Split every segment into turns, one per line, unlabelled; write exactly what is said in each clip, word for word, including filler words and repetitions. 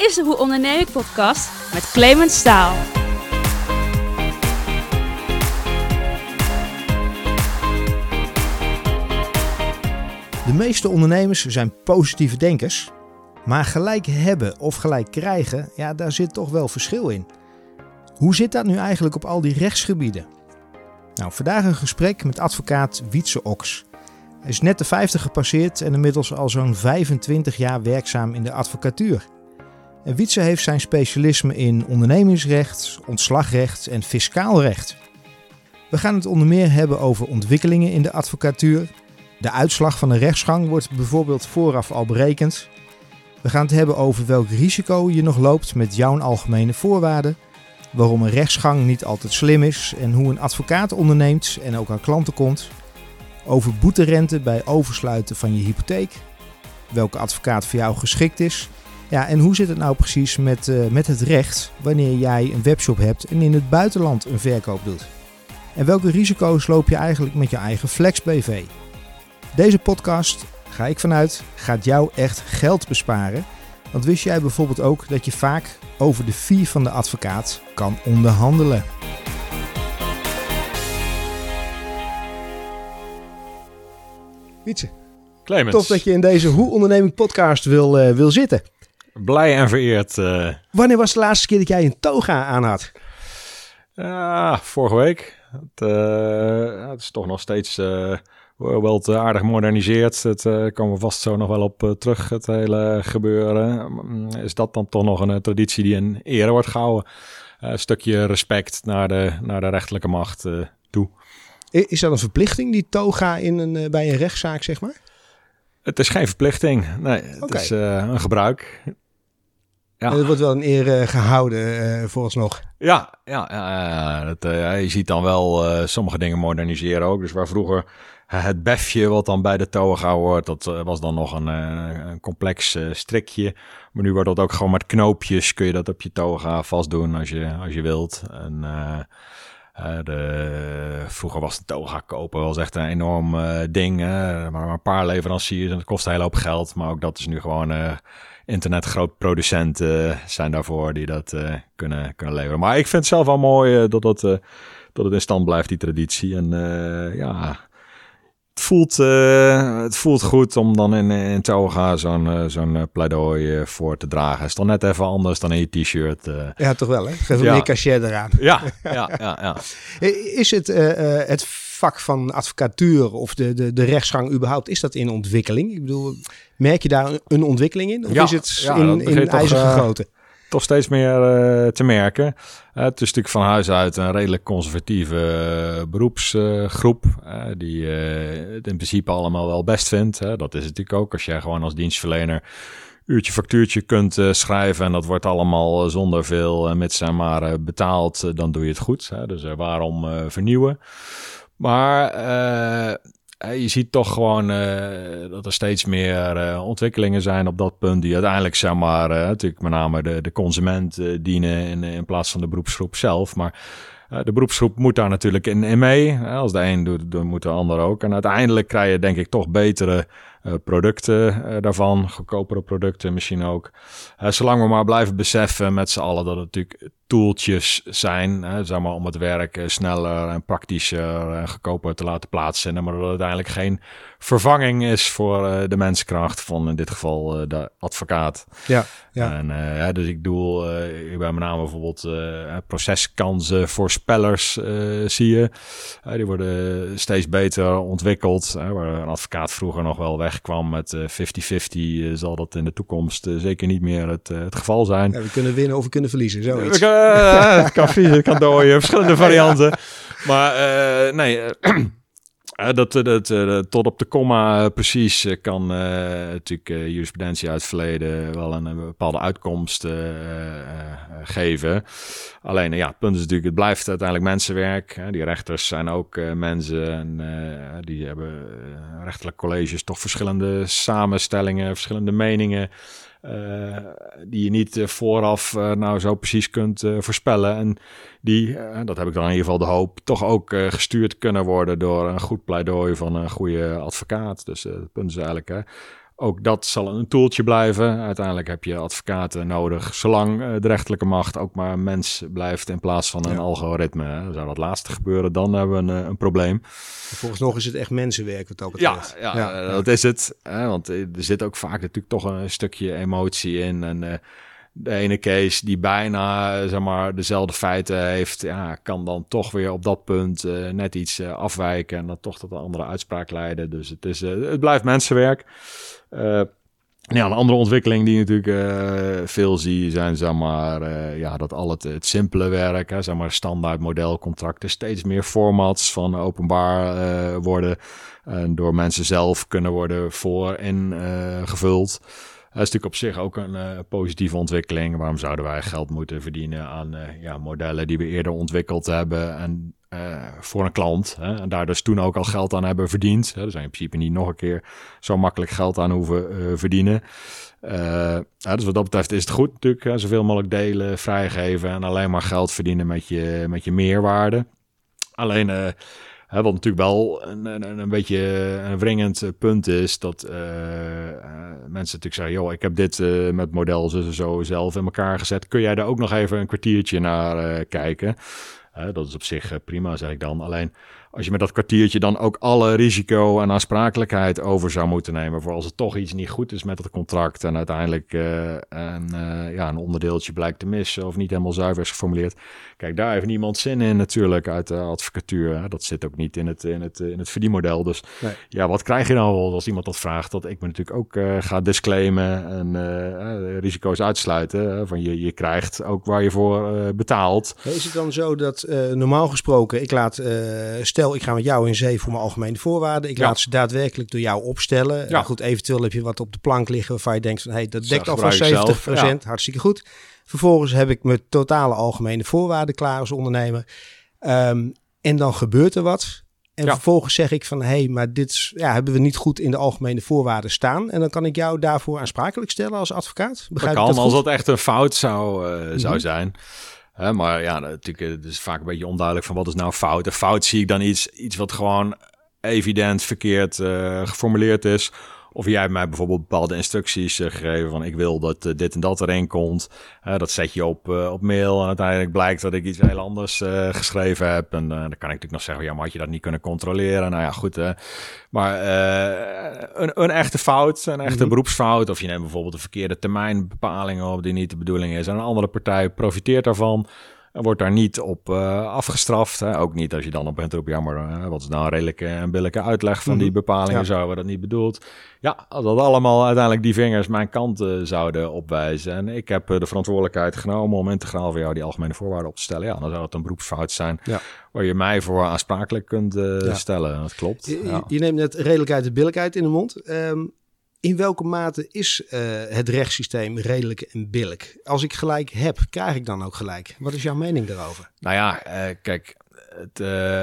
is de Hoe Onderneem ik podcast met Clemens Staal.
De meeste ondernemers zijn positieve denkers, maar gelijk hebben of gelijk krijgen, ja, daar zit toch wel verschil in. Hoe zit dat nu eigenlijk op al die rechtsgebieden? Nou, vandaag een gesprek met advocaat Wietse Oks. Hij is net de vijftig gepasseerd en inmiddels al zo'n vijfentwintig jaar werkzaam in de advocatuur. En Wietse heeft zijn specialisme in ondernemingsrecht, ontslagrecht en fiscaal recht. We gaan het onder meer hebben over ontwikkelingen in de advocatuur. De uitslag van een rechtsgang wordt bijvoorbeeld vooraf al berekend. We gaan het hebben over welk risico je nog loopt met jouw algemene voorwaarden. Waarom een rechtsgang niet altijd slim is en hoe een advocaat onderneemt en ook aan klanten komt. Over boeterente bij oversluiten van je hypotheek. Welke advocaat voor jou geschikt is. Ja, en hoe zit het nou precies met, uh, met het recht wanneer jij een webshop hebt en in het buitenland een verkoop doet? En welke risico's loop je eigenlijk met je eigen Flex B V? Deze podcast, ga ik vanuit, gaat jou echt geld besparen. Want wist jij bijvoorbeeld ook dat je vaak over de fee van de advocaat kan onderhandelen? Wietse,
Clemens.
tof dat je in deze Hoe Onderneming podcast wil, uh, wil zitten.
Blij en vereerd. Uh...
Wanneer was de laatste keer dat jij een toga aan had?
Uh, vorige week. Het, uh, het is toch nog steeds uh, wel te aardig gemoderniseerd. Het uh, komen we vast zo nog wel op uh, terug, het hele gebeuren. Is dat dan toch nog een uh, traditie die in ere wordt gehouden? Uh, een stukje respect naar de, naar de rechterlijke macht uh, toe.
Is dat een verplichting, die toga in een, uh, bij een rechtszaak, zeg maar?
Het is geen verplichting. Nee, het
okay.
is uh, een gebruik.
Ja. Het wordt wel in ere uh, gehouden, uh, vooralsnog.
Ja, ja, ja, ja dat, uh, je ziet dan wel uh, sommige dingen moderniseren ook. Dus waar vroeger uh, het befje wat dan bij de toga hoort, dat uh, was dan nog een, uh, een complex uh, strikje. Maar nu wordt dat ook gewoon met knoopjes, kun je dat op je toga vastdoen als je, als je wilt. En uh, uh, de, vroeger was de toga kopen wel eens echt een enorm uh, ding. Uh, maar, maar een paar leveranciers en het kost een hele hoop geld. Maar ook dat is nu gewoon... Uh, Internetgrootproducenten uh, zijn daarvoor die dat uh, kunnen, kunnen leveren. Maar ik vind het zelf wel mooi uh, dat, dat, uh, dat het in stand blijft, die traditie. En uh, ja, het voelt, uh, het voelt goed om dan in, in toga zo'n, uh, zo'n uh, pleidooi uh, voor te dragen. Het is toch net even anders dan in je t-shirt. Uh.
Ja, toch wel, hè? Geef
ja.
meer cachet eraan.
Ja, ja, ja. ja.
Is het uh, uh, het vak van advocatuur of de, de, de rechtsgang überhaupt, is dat in ontwikkeling? Ik bedoel, merk je daar een ontwikkeling in? Of ja, is het ja, in, in ijzer gegoten? Uh,
toch steeds meer uh, te merken. Uh, het is natuurlijk van huis uit een redelijk conservatieve uh, beroepsgroep. Uh, die uh, het in principe allemaal wel best vindt. Hè. Dat is het natuurlijk ook als jij gewoon als dienstverlener uurtje factuurtje kunt uh, schrijven en dat wordt allemaal uh, zonder veel uh, mits en maar uh, betaald, uh, dan doe je het goed. Hè. Dus uh, waarom uh, vernieuwen? Maar uh, je ziet toch gewoon uh, dat er steeds meer uh, ontwikkelingen zijn op dat punt die uiteindelijk, zeg maar, uh, natuurlijk met name de, de consument uh, dienen in, in plaats van de beroepsgroep zelf. Maar uh, de beroepsgroep moet daar natuurlijk in, in mee. Als de een doet, dan moet de ander ook. En uiteindelijk krijg je denk ik toch betere uh, producten uh, daarvan, goedkopere producten misschien ook. Uh, zolang we maar blijven beseffen met z'n allen dat het natuurlijk tooltjes zijn, hè, zeg maar, om het werk sneller en praktischer en goedkoper te laten plaatsvinden, maar dat het uiteindelijk geen vervanging is voor uh, de menskracht van in dit geval uh, de advocaat.
Ja, ja.
En, uh, ja, dus ik doe, uh, ik ben met name bijvoorbeeld uh, proceskansen voorspellers uh, zie je. Uh, die worden steeds beter ontwikkeld. Uh, waar een advocaat vroeger nog wel wegkwam met uh, vijftig vijftig, uh, zal dat in de toekomst uh, zeker niet meer het, uh, het geval zijn.
Ja, we kunnen winnen of we kunnen verliezen, zoiets.
Uh, het kan vliegen, het kan dooien, verschillende varianten. Maar uh, nee, uh, dat, dat, uh, tot op de komma uh, precies uh, kan uh, natuurlijk uh, jurisprudentie uit het verleden wel een, een bepaalde uitkomst uh, uh, geven. Alleen, uh, ja, het punt is natuurlijk, het blijft uiteindelijk mensenwerk. Hè. Die rechters zijn ook uh, mensen en uh, die hebben uh, rechterlijke colleges toch verschillende samenstellingen, verschillende meningen. Uh, die je niet uh, vooraf uh, nou zo precies kunt uh, voorspellen. En die, uh, dat heb ik dan in ieder geval de hoop, toch ook uh, gestuurd kunnen worden door een goed pleidooi van een goede advocaat. Dus uh, het punt is eigenlijk, hè, ook dat zal een toeltje blijven. Uiteindelijk heb je advocaten nodig, zolang uh, de rechterlijke macht ook maar een mens blijft in plaats van een ja. algoritme. Hè. Zou dat laatste gebeuren, dan hebben we een, een probleem.
Volgens nog is het echt mensenwerk wat dat betreft.
Ja, ja, ja, dat is het. Hè, want er zit ook vaak natuurlijk toch een stukje emotie in. En uh, de ene case die bijna zeg maar dezelfde feiten heeft, ja, kan dan toch weer op dat punt uh, net iets uh, afwijken en dan toch tot een andere uitspraak leiden. Dus het, is, uh, het blijft mensenwerk. Uh, ja, een andere ontwikkeling die natuurlijk uh, veel zie zijn, zeg maar, uh, ja, dat al het, het simpele werk, hè, zeg maar, standaard modelcontracten, steeds meer formats van openbaar uh, worden en door mensen zelf kunnen worden voor ingevuld. Uh, Dat is natuurlijk op zich ook een uh, positieve ontwikkeling. Waarom zouden wij geld moeten verdienen aan uh, ja, modellen die we eerder ontwikkeld hebben en uh, voor een klant. Hè? En daar dus toen ook al geld aan hebben verdiend. Hè? Dus in principe niet nog een keer zo makkelijk geld aan hoeven uh, verdienen. Uh, ja, dus wat dat betreft is het goed natuurlijk. Hè? Zoveel mogelijk delen, vrijgeven en alleen maar geld verdienen met je, met je meerwaarde. Alleen... Uh, He, wat natuurlijk wel een, een, een beetje een wringend punt is, dat uh, uh, mensen natuurlijk zeggen, joh, ik heb dit uh, met model zo, zo zelf in elkaar gezet. Kun jij daar ook nog even een kwartiertje naar uh, kijken? Uh, dat is op zich uh, prima, zeg ik dan. Alleen als je met dat kwartiertje dan ook alle risico en aansprakelijkheid over zou moeten nemen voor als het toch iets niet goed is met het contract en uiteindelijk uh, een, uh, ja, een onderdeeltje blijkt te missen of niet helemaal zuiver is geformuleerd. Kijk, daar heeft niemand zin in natuurlijk uit de advocatuur. Hè. Dat zit ook niet in het, in het, in het verdienmodel. Dus nee. Ja, wat krijg je nou wel als iemand dat vraagt? Dat ik me natuurlijk ook uh, ga disclaimen en uh, risico's uitsluiten. Hè, van je, je krijgt ook waar je voor uh, betaalt.
Is het dan zo dat uh, normaal gesproken, ik laat uh, stel ik ga met jou in zee voor mijn algemene voorwaarden. Ik ja. laat ze daadwerkelijk door jou opstellen. Ja. Goed, eventueel heb je wat op de plank liggen waarvan je denkt van hey, dat dekt al van zeventig procent. Ja. Hartstikke goed. Vervolgens heb ik mijn totale algemene voorwaarden klaar als ondernemer. Um, en dan gebeurt er wat. En ja. vervolgens zeg ik van, hé, hey, maar dit ja, hebben we niet goed in de algemene voorwaarden staan. En dan kan ik jou daarvoor aansprakelijk stellen als advocaat.
Begrijp dat kan, dat als dat echt een fout zou, uh, mm-hmm. zou zijn. He, maar ja, natuurlijk, het is vaak een beetje onduidelijk van wat is nou fout. En fout zie ik dan iets, iets wat gewoon evident verkeerd uh, geformuleerd is. Of jij hebt mij bijvoorbeeld bepaalde instructies uh, gegeven van ik wil dat uh, dit en dat erin komt. Uh, dat zet je op, uh, op mail en uiteindelijk blijkt dat ik iets heel anders uh, geschreven heb. En uh, dan kan ik natuurlijk nog zeggen, ja, maar had je dat niet kunnen controleren? Nou ja, goed. Uh, maar uh, een, een echte fout, een echte mm-hmm. beroepsfout. Of je neemt bijvoorbeeld een verkeerde termijnbepalingen op die niet de bedoeling is. En een andere partij profiteert daarvan. En wordt daar niet op uh, afgestraft. Hè? Ook niet als je dan op bent erop, jammer, uh, wat is nou een redelijke en billijke uitleg van die bepalingen, ja. Zouden we dat niet bedoeld. Ja, als dat allemaal uiteindelijk die vingers mijn kant uh, zouden opwijzen. En ik heb uh, de verantwoordelijkheid genomen om integraal voor jou die algemene voorwaarden op te stellen. Ja, dan zou het een beroepsfout zijn, ja. Waar je mij voor aansprakelijk kunt uh, ja. stellen. Dat klopt.
Je,
ja.
je neemt net redelijkheid en billijkheid in de mond. Um, In welke mate is uh, het rechtssysteem redelijk en billijk? Als ik gelijk heb, krijg ik dan ook gelijk? Wat is jouw mening daarover?
Nou ja, uh, kijk, het,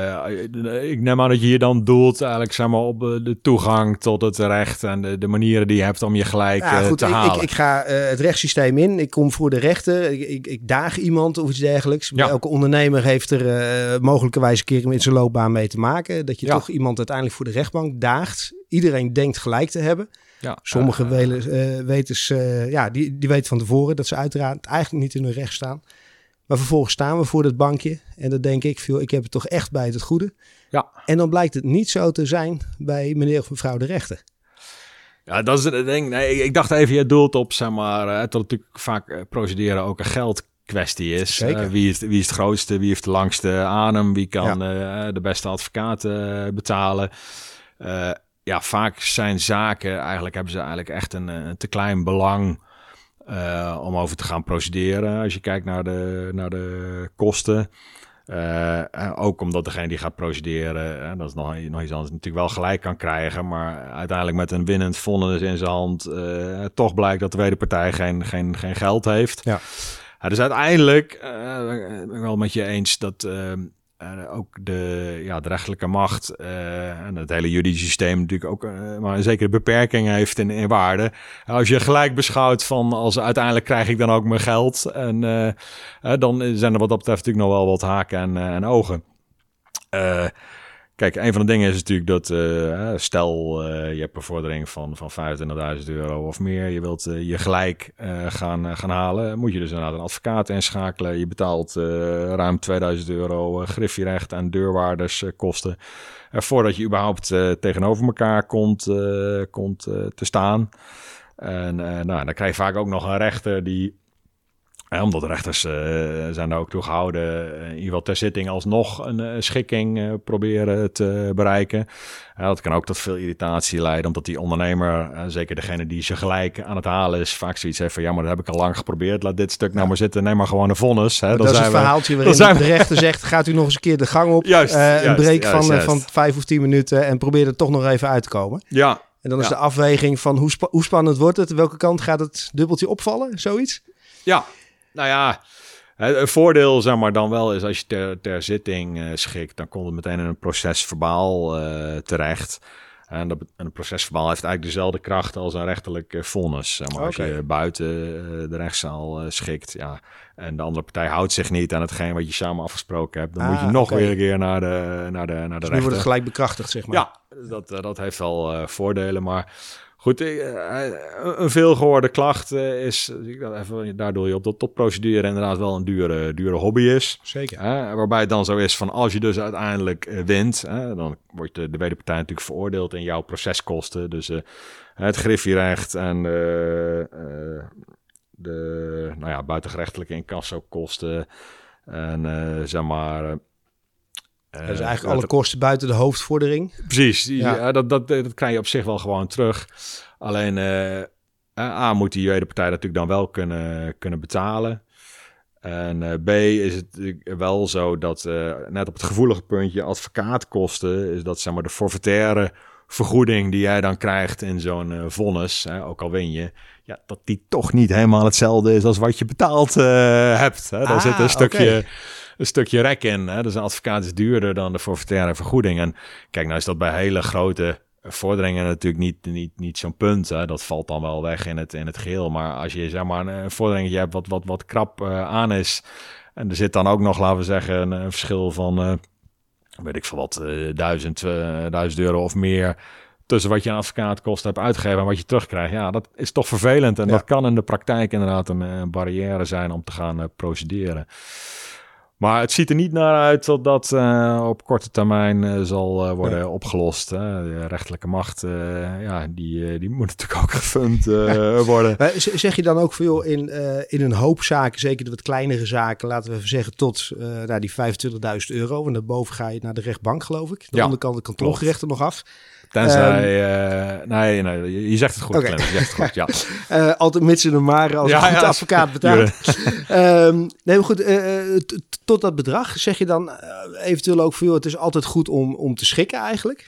uh, ik neem aan dat je hier dan doelt eigenlijk zeg maar, op de toegang tot het recht en de, de manieren die je hebt om je gelijk ja, uh, goed, te
ik,
halen.
Ik, ik ga uh, het rechtssysteem in, ik kom voor de rechter, ik, ik, ik daag iemand of iets dergelijks. Ja. Elke ondernemer heeft er uh, mogelijkerwijs een keer in zijn loopbaan mee te maken. Dat je ja. toch iemand uiteindelijk voor de rechtbank daagt. Iedereen denkt gelijk te hebben. Ja, Sommige uh, welen, uh, wetens, uh, ja, die, die weten van tevoren dat ze uiteraard eigenlijk niet in hun recht staan. Maar vervolgens staan we voor dat bankje en dan denk ik, veel, ik heb het toch echt bij het goede. Ja. En dan blijkt het niet zo te zijn bij meneer of mevrouw de rechter.
Ja, dat is het ding. Nee, ik, ik dacht even, je doelt op, zeg maar, uh, dat natuurlijk vaak uh, procederen ook een geldkwestie is. Uh, wie, is wie is het grootste, wie heeft de langste adem, wie kan ja. uh, de beste advocaat uh, betalen. Uh, Ja, vaak zijn zaken, eigenlijk hebben ze eigenlijk echt een, een te klein belang uh, om over te gaan procederen. Als je kijkt naar de, naar de kosten. Uh, ook omdat degene die gaat procederen, uh, dat is nog, nog iets anders, natuurlijk wel gelijk kan krijgen. Maar uiteindelijk met een winnend vonnis in zijn hand uh, toch blijkt dat de wederpartij geen, geen, geen geld heeft. Ja. Uh, dus uiteindelijk uh, ben ik wel met je eens dat... Uh, Uh, ook de, ja, de rechterlijke macht uh, en het hele juridische systeem natuurlijk ook uh, maar een zekere beperking heeft in, in waarde. Als je gelijk beschouwt van als uiteindelijk krijg ik dan ook mijn geld. En uh, uh, dan zijn er wat dat betreft natuurlijk nog wel wat haken en, uh, en ogen. Uh, Kijk, een van de dingen is natuurlijk dat, uh, stel uh, je hebt een vordering van, van vijfentwintigduizend euro of meer. Je wilt uh, je gelijk uh, gaan, uh, gaan halen. Moet je dus inderdaad een advocaat inschakelen. Je betaalt uh, ruim tweeduizend euro uh, griffierecht en deurwaarderskosten. Uh, uh, voordat je überhaupt uh, tegenover elkaar komt, uh, komt uh, te staan. En uh, nou, dan krijg je vaak ook nog een rechter die... Ja, omdat de rechters uh, zijn daar ook toe gehouden, uh, in ieder geval ter zitting alsnog een uh, schikking uh, proberen te bereiken. Uh, dat kan ook tot veel irritatie leiden, omdat die ondernemer, uh, zeker degene die ze gelijk aan het halen is, vaak zoiets heeft van ja, maar dat heb ik al lang geprobeerd. Laat dit stuk nou maar zitten, neem maar gewoon een vonnis. Hè.
Dat is het verhaaltje waarin
zijn
de rechter zegt, gaat u nog eens een keer de gang op,
juist,
uh,
juist,
een break
juist,
van,
juist.
van vijf of tien minuten en probeer er toch nog even uit te komen.
Ja.
En dan is
ja.
de afweging van hoe, spa- hoe spannend wordt het, welke kant gaat het dubbeltje opvallen, zoiets?
Ja, nou ja, het voordeel zeg maar dan wel is als je ter, ter zitting uh, schikt, dan komt het meteen in een procesverbaal uh, terecht. En, dat, en een procesverbaal heeft eigenlijk dezelfde kracht als een rechterlijk uh, vonnis. Zeg maar, okay. Als je buiten uh, de rechtszaal uh, schikt, ja, en de andere partij houdt zich niet aan hetgeen wat je samen afgesproken hebt, dan ah, moet je nog okay. weer een keer naar de, naar de, naar de
dus
rechter.
Nu wordt het gelijk bekrachtigd, zeg maar.
Ja, dat, uh, dat heeft wel uh, voordelen, maar... Goed, een veelgehoorde klacht is, even, daar doe je op dat topprocedure inderdaad wel een dure, dure hobby is.
Zeker.
Hè, waarbij het dan zo is van als je dus uiteindelijk wint, hè, dan wordt de, de wederpartij natuurlijk veroordeeld in jouw proceskosten. Dus uh, het griffierecht en de, uh, de nou ja, buitengerechtelijke incassokosten en uh, zeg maar... Uh,
Uh, dus eigenlijk alle kosten buiten de hoofdvordering.
Precies, ja. Ja, dat, dat, dat krijg je op zich wel gewoon terug. Alleen uh, A moet die wederpartij natuurlijk dan wel kunnen, kunnen betalen. En uh, B is het wel zo dat uh, net op het gevoelige puntje advocaatkosten... is dat zeg maar de forfaitaire vergoeding die jij dan krijgt in zo'n uh, vonnis, hè, ook al win je... ja, dat die toch niet helemaal hetzelfde is als wat je betaald uh, hebt. Hè. Daar ah, zit een stukje... Okay. Een stukje rek in. Hè? Dus een advocaat is duurder dan de forfaitaire vergoeding. En kijk, nou is dat bij hele grote vorderingen natuurlijk niet, niet, niet zo'n punt. Hè? Dat valt dan wel weg in het, in het geheel. Maar als je zeg maar een vorderingetje hebt wat, wat, wat krap uh, aan is... en er zit dan ook nog, laten we zeggen, een, een verschil van... Uh, weet ik veel wat, uh, duizend, uh, duizend euro of meer... tussen wat je aan advocaatkosten hebt uitgegeven en wat je terugkrijgt. Ja, dat is toch vervelend. En ja. dat kan in de praktijk inderdaad een, een barrière zijn om te gaan uh, procederen. Maar het ziet er niet naar uit dat dat uh, op korte termijn uh, zal uh, worden ja. opgelost. Hè. De rechterlijke macht, uh, ja, die, uh, die moet natuurlijk ook gefund uh, ja. worden.
Maar zeg je dan ook veel in, uh, in een hoop zaken, zeker de wat kleinere zaken, laten we even zeggen tot uh, nou, die vijfentwintigduizend euro. En daarboven ga je naar de rechtbank, geloof ik. De ja. onderkant de kantongerechten nog af.
Tenzij, um, uh, nee, nee, je zegt het goed, okay. Clem, je zegt het goed, ja.
uh, altijd mits in de mare als ja, een goed ja, advocaat betaalt. um, nee, maar goed, uh, t- tot dat bedrag zeg je dan uh, eventueel ook veel, het is altijd goed om, om te schikken eigenlijk?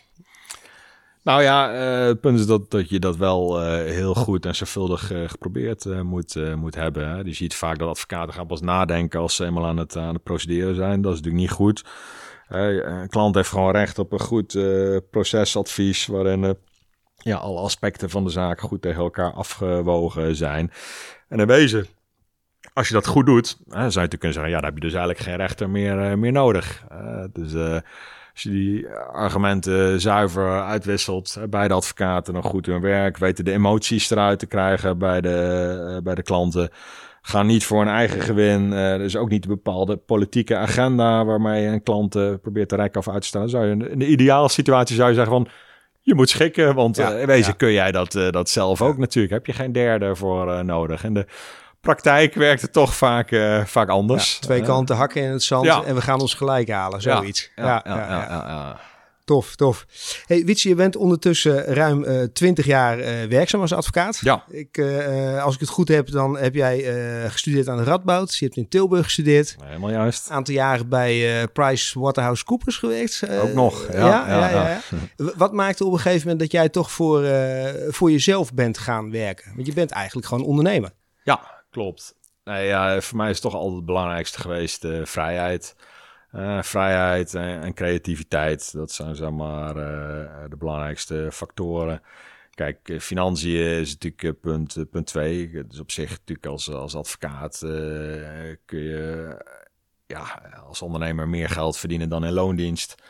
Nou ja, uh, het punt is dat, dat je dat wel uh, heel goed en zorgvuldig uh, geprobeerd uh, moet, uh, moet hebben. Hè. Je ziet vaak dat advocaten gaan pas nadenken als ze eenmaal aan het, aan het procederen zijn. Dat is natuurlijk niet goed. Uh, een klant heeft gewoon recht op een goed uh, procesadvies waarin uh, ja, alle aspecten van de zaak goed tegen elkaar afgewogen zijn. En in wezen, als je dat goed doet, hè, zou je natuurlijk kunnen zeggen, ja, dan heb je dus eigenlijk geen rechter meer, uh, meer nodig. Uh, dus uh, als je die argumenten zuiver uitwisselt, hè, beide advocaten nog goed hun werk, weten de emoties eruit te krijgen bij de, uh, bij de klanten. Gaan niet voor een eigen gewin. Uh, er is ook niet een bepaalde politieke agenda waarmee een klant uh, probeert de rek af uit te stellen. Zou je, in de ideale situatie zou je zeggen van, je moet schikken, want ja, uh, in wezen ja. kun jij dat, uh, dat zelf ook ja. natuurlijk. Heb je geen derde voor uh, nodig. En de praktijk werkt het toch vaak, uh, vaak anders.
Ja, twee kanten uh, hakken in het zand ja. en we gaan ons gelijk halen, zoiets.
Ja, ja, ja, ja, ja, ja, ja.
Tof, tof. Hey, Wietse, je bent ondertussen ruim uh, twintig jaar uh, werkzaam als advocaat.
Ja.
Ik, uh, als ik het goed heb, dan heb jij uh, gestudeerd aan de Radboud. Je hebt in Tilburg gestudeerd.
Nee, helemaal juist.
Een aantal jaren bij uh, PricewaterhouseCoopers gewerkt. Uh,
Ook nog, ja.
ja, ja,
ja,
ja, ja. ja. Wat maakte op een gegeven moment dat jij toch voor, uh, voor jezelf bent gaan werken? Want je bent eigenlijk gewoon ondernemer.
Ja, klopt. Nee, ja, voor mij is het toch altijd het belangrijkste geweest uh, vrijheid. Uh, vrijheid en, en creativiteit, dat zijn zeg maar uh, de belangrijkste factoren. Kijk, uh, financiën is natuurlijk uh, punt, uh, punt twee. Dus op zich natuurlijk als, als advocaat uh, kun je uh, ja, als ondernemer meer geld verdienen dan in loondienst.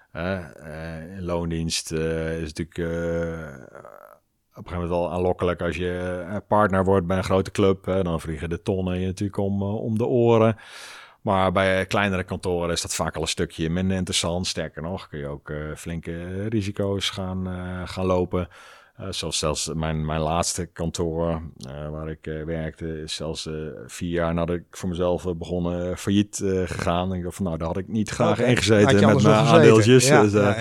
Uh, uh, in loondienst uh, is natuurlijk uh, op een gegeven moment wel aanlokkelijk als je uh, partner wordt bij een grote club. Uh, dan vliegen de tonnen je natuurlijk om, uh, om de oren. Maar bij kleinere kantoren is dat vaak al een stukje minder interessant. Sterker nog, kun je ook uh, flinke risico's gaan, uh, gaan lopen. Uh, zoals zelfs mijn, mijn laatste kantoor uh, waar ik uh, werkte, is zelfs uh, vier jaar nadat ik voor mezelf uh, begonnen uh, failliet uh, gegaan. En ik dacht van nou, daar had ik niet graag okay. ingezeten met mijn aandeeltjes. Ja, dus, uh, ja,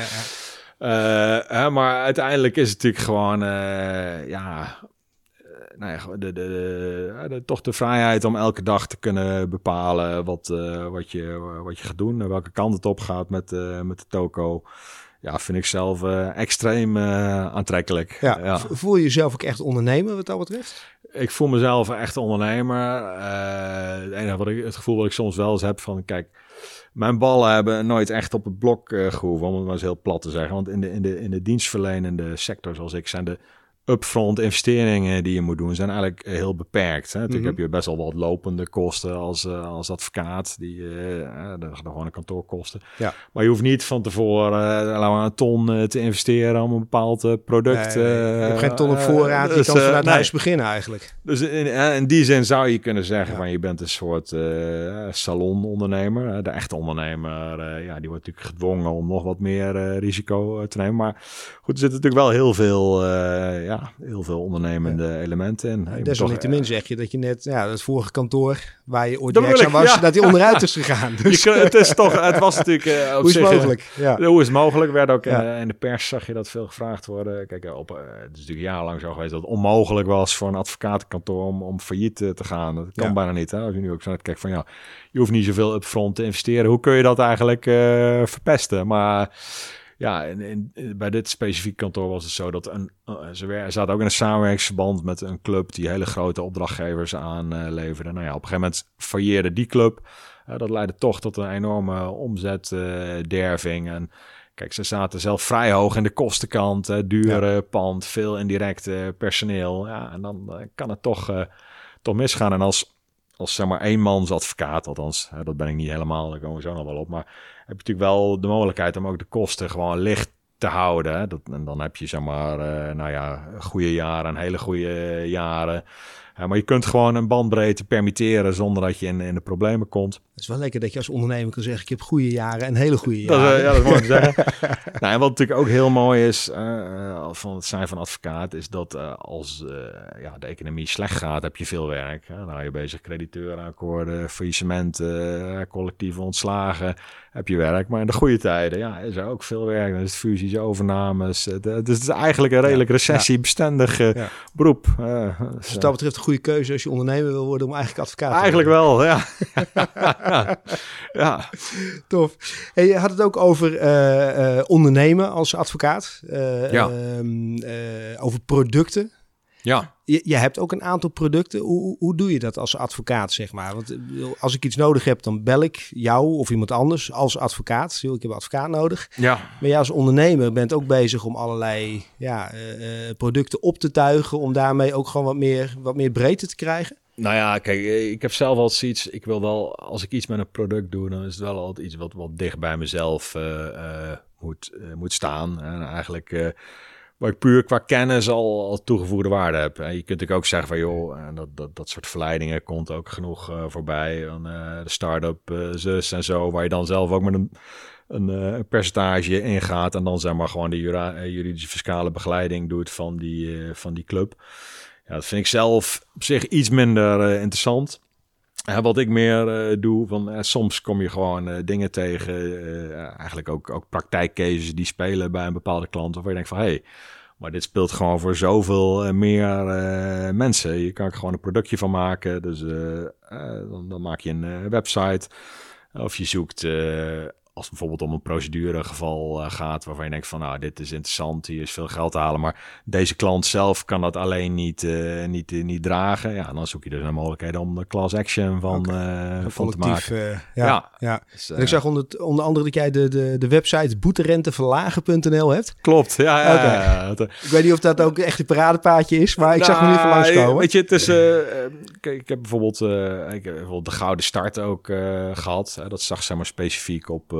ja, ja. Uh, uh, maar uiteindelijk is het natuurlijk gewoon, uh, ja, uh, nou ja de, de, de, de, toch de vrijheid om elke dag te kunnen bepalen wat, uh, wat, je, wat je gaat doen en welke kant het op gaat met, uh, met de toko. Ja, vind ik zelf uh, extreem uh, aantrekkelijk. Ja, ja.
Voel je jezelf ook echt ondernemer wat dat betreft?
Ik voel mezelf echt ondernemer. Uh, het enige wat ik, het gevoel wat ik soms wel eens heb van, kijk, mijn ballen hebben nooit echt op het blok uh, gehoeven, om het maar eens heel plat te zeggen. Want in de, in de, in de dienstverlenende sector zoals ik zijn de upfront investeringen die je moet doen zijn eigenlijk heel beperkt. Hè? Natuurlijk mm-hmm. heb je best wel wat lopende kosten als, uh, als advocaat, die uh, de, de gewone kantoorkosten. Ja. Maar je hoeft niet van tevoren uh, laten we een ton uh, te investeren om een bepaald uh, product.
Nee, nee. Uh, je hebt geen ton op voorraad, uh, je dus, kan vanuit uh, huis nee. beginnen eigenlijk.
Dus in, uh, in die zin zou je kunnen zeggen ja. van je bent een soort uh, salonondernemer. Uh, de echte ondernemer, uh, ja, die wordt natuurlijk gedwongen om nog wat meer uh, risico uh, te nemen. Maar goed, er zitten natuurlijk wel heel veel uh, ja, heel veel ondernemende ja. elementen in.
Hey, desalniettemin toch, zeg je dat je net, ja, het vorige kantoor waar je ooit werkzaam was, ja. dat die onderuit is gegaan. Dus.
Je, het is toch, het was natuurlijk... Uh,
hoe is het mogelijk? Ja.
Hoe is het mogelijk? Werd ook ja. uh, in de pers zag je dat veel gevraagd worden. Kijk, op, uh, het is natuurlijk jarenlang zo geweest dat het onmogelijk was voor een advocatenkantoor om, om failliet uh, te gaan. Dat kan ja. bijna niet. Hè? Als je nu ook zo naar kijkt van ja, je hoeft niet zoveel upfront te investeren. Hoe kun je dat eigenlijk uh, verpesten? Maar ja, in, in, bij dit specifieke kantoor was het zo dat een, uh, ze zaten ook in een samenwerkingsverband met een club die hele grote opdrachtgevers aanleverde. Uh, nou ja, op een gegeven moment failleerde die club. Uh, dat leidde toch tot een enorme omzetderving. Uh, en kijk, ze zaten zelf vrij hoog in de kostenkant. Uh, dure ja. pand, veel indirect uh, personeel. Ja, en dan uh, kan het toch, uh, toch misgaan. En als, als zeg maar eenmans advocaat, althans, uh, dat ben ik niet helemaal, daar komen we zo nog wel op, maar heb je natuurlijk wel de mogelijkheid om ook de kosten gewoon licht te houden. Hè? Dat, en dan heb je zeg maar, uh, nou ja, goede jaren en hele goede jaren. Uh, maar je kunt gewoon een bandbreedte permitteren zonder dat je in, in de problemen komt.
Het is wel lekker dat je als ondernemer kan zeggen, ik heb goede jaren en hele goede jaren.
Dat, uh, ja, dat is mooi te zeggen. Nou, en wat natuurlijk ook heel mooi is uh, van het zijn van advocaat, is dat uh, als uh, ja, de economie slecht gaat, heb je veel werk. Hè? Dan hou je bezig crediteurenakkoorden, faillissementen, uh, collectieve ontslagen, heb je werk. Maar in de goede tijden ja, is er ook veel werk. Dan is het fusies, overnames. Uh, dus het is eigenlijk een redelijk ja, recessiebestendig uh, ja. beroep. Uh,
dus, dus wat dat betreft een goede keuze als je ondernemer wil worden om eigenlijk advocaat te
eigenlijk worden. Eigenlijk wel, ja. Ja, ja.
Tof. Hey, je had het ook over uh, uh, ondernemen als advocaat. Uh, ja. uh, uh, over producten.
Ja.
Je, je hebt ook een aantal producten. Hoe, hoe doe je dat als advocaat, zeg maar? Want als ik iets nodig heb, dan bel ik jou of iemand anders als advocaat. Ik heb een advocaat nodig.
Ja.
Maar jij als ondernemer bent ook bezig om allerlei ja, uh, producten op te tuigen, om daarmee ook gewoon wat meer, wat meer breedte te krijgen.
Nou ja, kijk, ik heb zelf al iets. Ik wil wel, als ik iets met een product doe, dan is het wel altijd iets wat, wat dicht bij mezelf uh, uh, moet, uh, moet staan. En eigenlijk uh, waar ik puur qua kennis al, al toegevoegde waarde heb. En je kunt natuurlijk ook zeggen van joh, en dat, dat, dat soort verleidingen komt ook genoeg uh, voorbij. Dan, uh, de start-up uh, zus en zo, waar je dan zelf ook met een, een uh, percentage ingaat. En dan zeg maar gewoon de jura, uh, juridische fiscale begeleiding doet van die, uh, van die club. Ja, dat vind ik zelf op zich iets minder uh, interessant. Uh, wat ik meer uh, doe, van uh, soms kom je gewoon uh, dingen tegen, uh, eigenlijk ook, ook praktijkcases die spelen bij een bepaalde klant, waarvan je denkt van hé, hey, maar dit speelt gewoon voor zoveel uh, meer uh, mensen. Je kan er gewoon een productje van maken, dus uh, uh, dan, dan maak je een uh, website of je zoekt... Uh, als het bijvoorbeeld om een proceduregeval uh, gaat waarvan je denkt van nou, dit is interessant, hier is veel geld te halen, maar deze klant zelf kan dat alleen niet, uh, niet, uh, niet dragen. Ja, dan zoek je dus naar mogelijkheden om de class action van, okay. uh, van te maken.
Uh, ja, ja. ja. Dus, uh, en ik zag onder, onder andere dat jij de, de, de website boeterenteverlagen punt n l hebt.
Klopt, ja. ja, okay. ja, ja.
Ik weet niet of dat ook echt een paradepaadje is, maar ik nou, zag hem niet van langskomen.
Weet je, het is, uh, kijk, ik heb bijvoorbeeld, uh, ik heb bijvoorbeeld de Gouden Start ook uh, gehad. Uh, dat zag zeg maar specifiek op... Uh,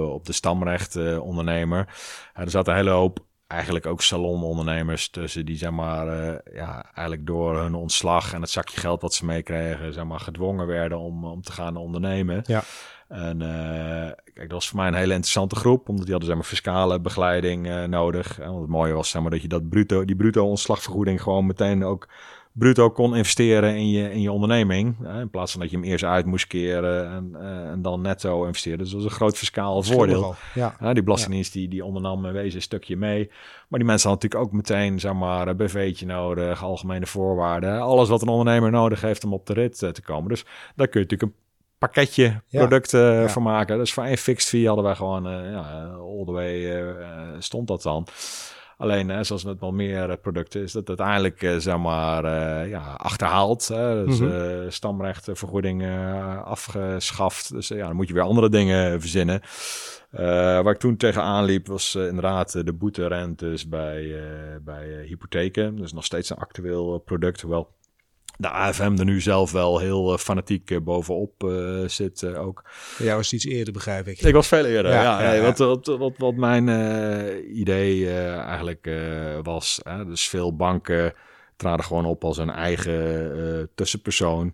op de stamrecht uh, ondernemer. Uh, er zat een hele hoop eigenlijk ook salonondernemers tussen die zeg maar uh, ja, eigenlijk door hun ontslag en het zakje geld wat ze meekregen, zeg maar gedwongen werden om, om te gaan ondernemen.
Ja.
En uh, kijk, dat was voor mij een hele interessante groep, omdat die hadden zeg maar fiscale begeleiding uh, nodig. En wat het mooie was zeg maar dat je dat bruto, die bruto ontslagvergoeding gewoon meteen ook bruto kon investeren in je, in je onderneming. Hè, in plaats van dat je hem eerst uit moest keren en, uh, en dan netto investeren. Dus dat was een groot fiscaal voordeel.
Ja.
Ja, die belastingdienst die, die ondernam in wezen een stukje mee. Maar die mensen hadden natuurlijk ook meteen zeg maar, een B V'tje nodig, algemene voorwaarden. Alles wat een ondernemer nodig heeft om op de rit uh, te komen. Dus daar kun je natuurlijk een pakketje producten ja. Ja. voor maken. Dus voor één fixed fee hadden wij gewoon uh, ja, all the way uh, stond dat dan. Alleen, hè, zoals met wel meer producten, is dat uiteindelijk uh, zeg maar uh, ja, achterhaald. Hè? Dus mm-hmm. uh, stamrechtvergoeding uh, afgeschaft. Dus uh, ja, dan moet je weer andere dingen verzinnen. Uh, waar ik toen tegenaan liep, was uh, inderdaad uh, de boeterentes bij, uh, bij uh, hypotheken. Dus nog steeds een actueel product, hoewel de A F M er nu zelf wel heel uh, fanatiek uh, bovenop uh, zit uh, ook.
Jij was iets eerder, begrijp ik.
Ik was veel eerder, ja. ja,
ja,
ja.
ja.
Wat, wat, wat, wat mijn uh, idee uh, eigenlijk uh, was. Hè? Dus veel banken traden gewoon op als een eigen uh, tussenpersoon.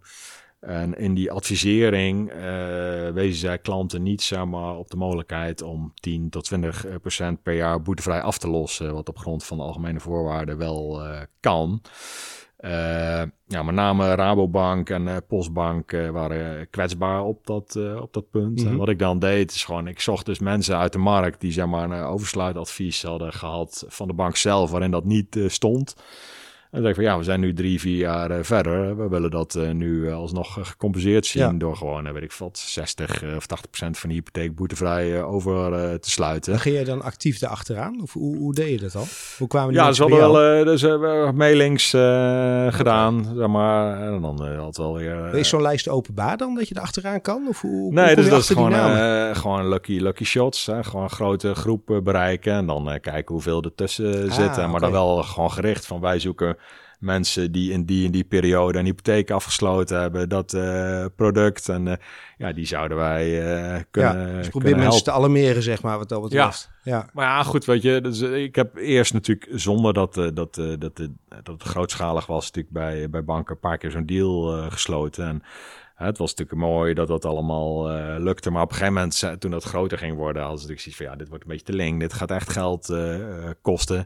En in die advisering uh, wezen zij klanten niet zeg maar, op de mogelijkheid om tien tot twintig procent per jaar boetevrij af te lossen. Wat op grond van de algemene voorwaarden wel uh, kan. Uh, ja, met name Rabobank en uh, Postbank uh, waren kwetsbaar op dat, uh, op dat punt. Mm-hmm. En wat ik dan deed is gewoon, ik zocht dus mensen uit de markt die zeg maar een oversluitadvies hadden gehad van de bank zelf, waarin dat niet uh, stond. En dan denk ik van ja, we zijn nu drie, vier jaar uh, verder. We willen dat uh, nu uh, alsnog uh, gecompenseerd zien ja. door gewoon, uh, weet ik wat, zestig uh, of tachtig procent van de hypotheek boetevvrij uh, over uh, te sluiten.
En ging je dan actief erachteraan? Of hoe, hoe deed je dat dan? Hoe kwamen die
ja,
mensen
dus we hadden
bij
wel uh, dus, uh, mailings uh, okay. gedaan, zeg maar. En dan uh, had wel weer... Uh,
is zo'n lijst openbaar dan, dat je erachteraan kan? Of hoe,
nee,
hoe
dus dat is gewoon, uh, gewoon lucky, lucky shots. Hè? Gewoon een grote groep uh, bereiken en dan uh, kijken hoeveel ertussen ah, zitten. Maar okay. dan wel gewoon gericht van wij zoeken mensen die in die in die periode een hypotheek afgesloten hebben, dat uh, product. En uh, ja, die zouden wij uh, kunnen
ja, dus probeer mensen te alarmeren, zeg maar, wat dat betreft.
Ja.
ja.
Maar ja, goed, weet je, dus, uh, ik heb eerst natuurlijk, zonder dat, uh, dat, uh, dat, uh, dat het grootschalig was, natuurlijk bij, bij banken een paar keer zo'n deal uh, gesloten. En uh, het was natuurlijk mooi dat dat allemaal uh, lukte. Maar op een gegeven moment, uh, toen dat groter ging worden, hadden ze natuurlijk zoiets van, ja, dit wordt een beetje te leng. Dit gaat echt geld uh, uh, kosten.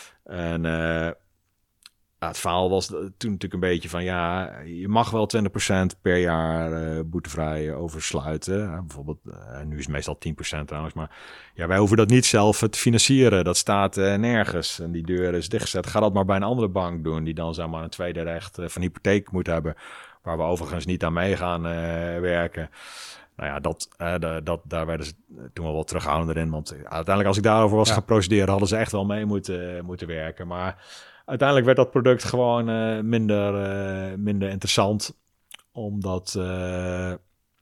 En uh, Ja, het verhaal was toen natuurlijk een beetje van ja, je mag wel twintig procent per jaar uh, boetevrij oversluiten. Uh, bijvoorbeeld, uh, nu is het meestal tien procent trouwens, maar ja, wij hoeven dat niet zelf te financieren. Dat staat uh, nergens en die deur is dichtgezet. Ga dat maar bij een andere bank doen die dan zeg maar een tweede recht uh, van hypotheek moet hebben, waar we overigens niet aan mee gaan uh, werken. Nou ja, dat, uh, de, dat, daar werden ze toen wel wat terughoudender in. Want uiteindelijk als ik daarover was ja. gaan procederen, hadden ze echt wel mee moeten, moeten werken. Maar uiteindelijk werd dat product gewoon uh, minder, uh, minder interessant. Omdat... Uh,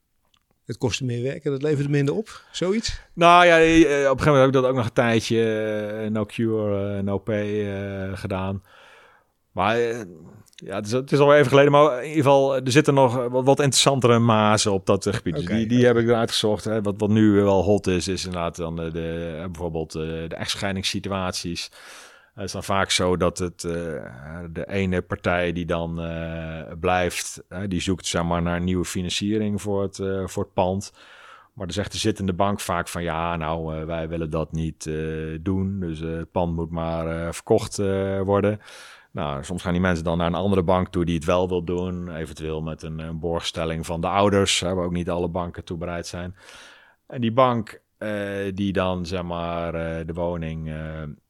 het kostte meer werk en dat leverde minder op, zoiets?
Nou ja, op een gegeven moment heb ik dat ook nog een tijdje uh, no cure, uh, no pay uh, gedaan. Maar uh, ja, het is, het is al even geleden. Maar in ieder geval, er zitten nog wat, wat interessantere mazen op dat uh, gebied. Okay, die die okay. heb ik eruit gezocht. Hè. Wat, wat nu wel hot is, is inderdaad dan de, de, bijvoorbeeld uh, de echtscheidingssituaties. Het is dan vaak zo dat het uh, de ene partij die dan uh, blijft, uh, die zoekt zeg maar naar nieuwe financiering voor het, uh, voor het pand. Maar dan zegt de zittende bank vaak van ja, nou uh, wij willen dat niet uh, doen. Dus uh, het pand moet maar uh, verkocht uh, worden. Nou, soms gaan die mensen dan naar een andere bank toe die het wel wil doen. Eventueel met een, een borgstelling van de ouders, hè, waar ook niet alle banken toe bereid zijn. En die bank uh, die dan zeg maar uh, de woning... Uh,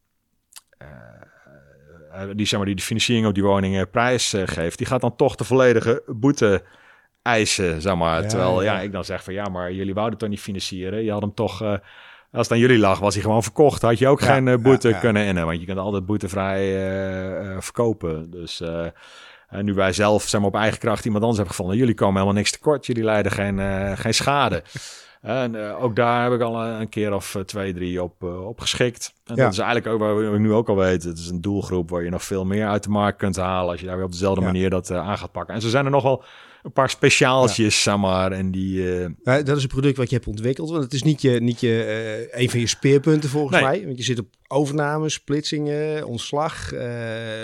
Uh, die, zeg maar, die de financiering op die woningen prijs uh, geeft, die gaat dan toch de volledige boete eisen, zeg maar. Ja, Terwijl ja. ja, ik dan zeg van ja, maar jullie wouden toch niet financieren. Je had hem toch, uh, als het aan jullie lag, was hij gewoon verkocht. Had je ook ja, geen uh, boete ja, ja. kunnen innen, want je kunt altijd boetevrij uh, uh, verkopen. Dus uh, en nu wij zelf zeg maar, op eigen kracht iemand anders hebben gevonden, jullie komen helemaal niks tekort, jullie lijden geen, uh, geen schade. En uh, ook daar heb ik al een, een keer of uh, twee, drie op, uh, op geschikt. En ja. dat is eigenlijk ook waar we nu ook al weten. Het is een doelgroep waar je nog veel meer uit de markt kunt halen als je daar weer op dezelfde ja. manier dat uh, aan gaat pakken. En zo zijn er nog wel een paar speciaaltjes, ja. zeg maar. En die, uh...
ja, dat is een product wat je hebt ontwikkeld. Want het is niet, je, niet je, uh, een van je speerpunten volgens nee. mij. Want je zit op overname, splitsingen, ontslag, uh,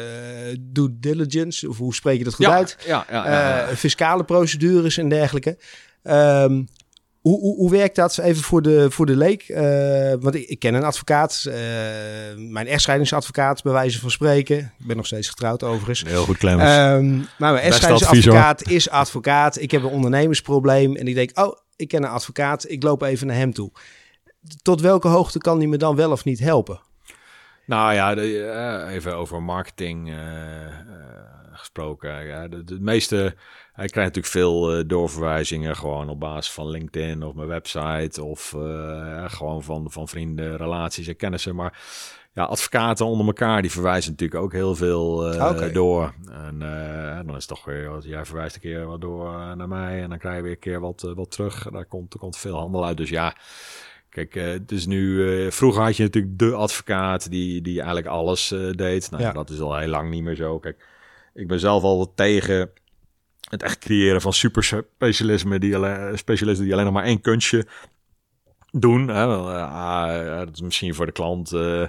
due diligence. Of hoe spreek je dat goed
ja,
uit?
Ja, ja, ja, ja.
Uh, fiscale procedures en dergelijke. Um, Hoe, hoe, hoe werkt dat even voor de, voor de leek? Uh, want ik, ik ken een advocaat, uh, mijn echtscheidingsadvocaat bij wijze van spreken. Ik ben nog steeds getrouwd overigens.
Heel goed, Clemens.
Um, maar mijn echtscheidingsadvocaat is advocaat. Ik heb een ondernemersprobleem en ik denk, oh, ik ken een advocaat. Ik loop even naar hem toe. Tot welke hoogte kan hij me dan wel of niet helpen?
Nou ja, de, uh, even over marketing uh, uh, gesproken. Ja, de, de meeste... Hij krijgt natuurlijk veel uh, doorverwijzingen gewoon op basis van LinkedIn of mijn website of uh, gewoon van, van vrienden, relaties en kennissen. Maar ja, advocaten onder elkaar, die verwijzen natuurlijk ook heel veel uh, okay. door. En uh, dan is het toch weer, wat, jij verwijst een keer wat door uh, naar mij en dan krijg je weer een keer wat, uh, wat terug. Daar komt, er komt veel handel uit, dus ja... Kijk, uh, het is nu... Uh, vroeger had je natuurlijk de advocaat die, die eigenlijk alles uh, deed. Nou, ja. Dat is al heel lang niet meer zo. Kijk, ik ben zelf al tegen... Het echt creëren van superspecialismen die alleen, specialisten die alleen nog maar één kunstje doen. Hè. Uh, dat is misschien voor de klant uh,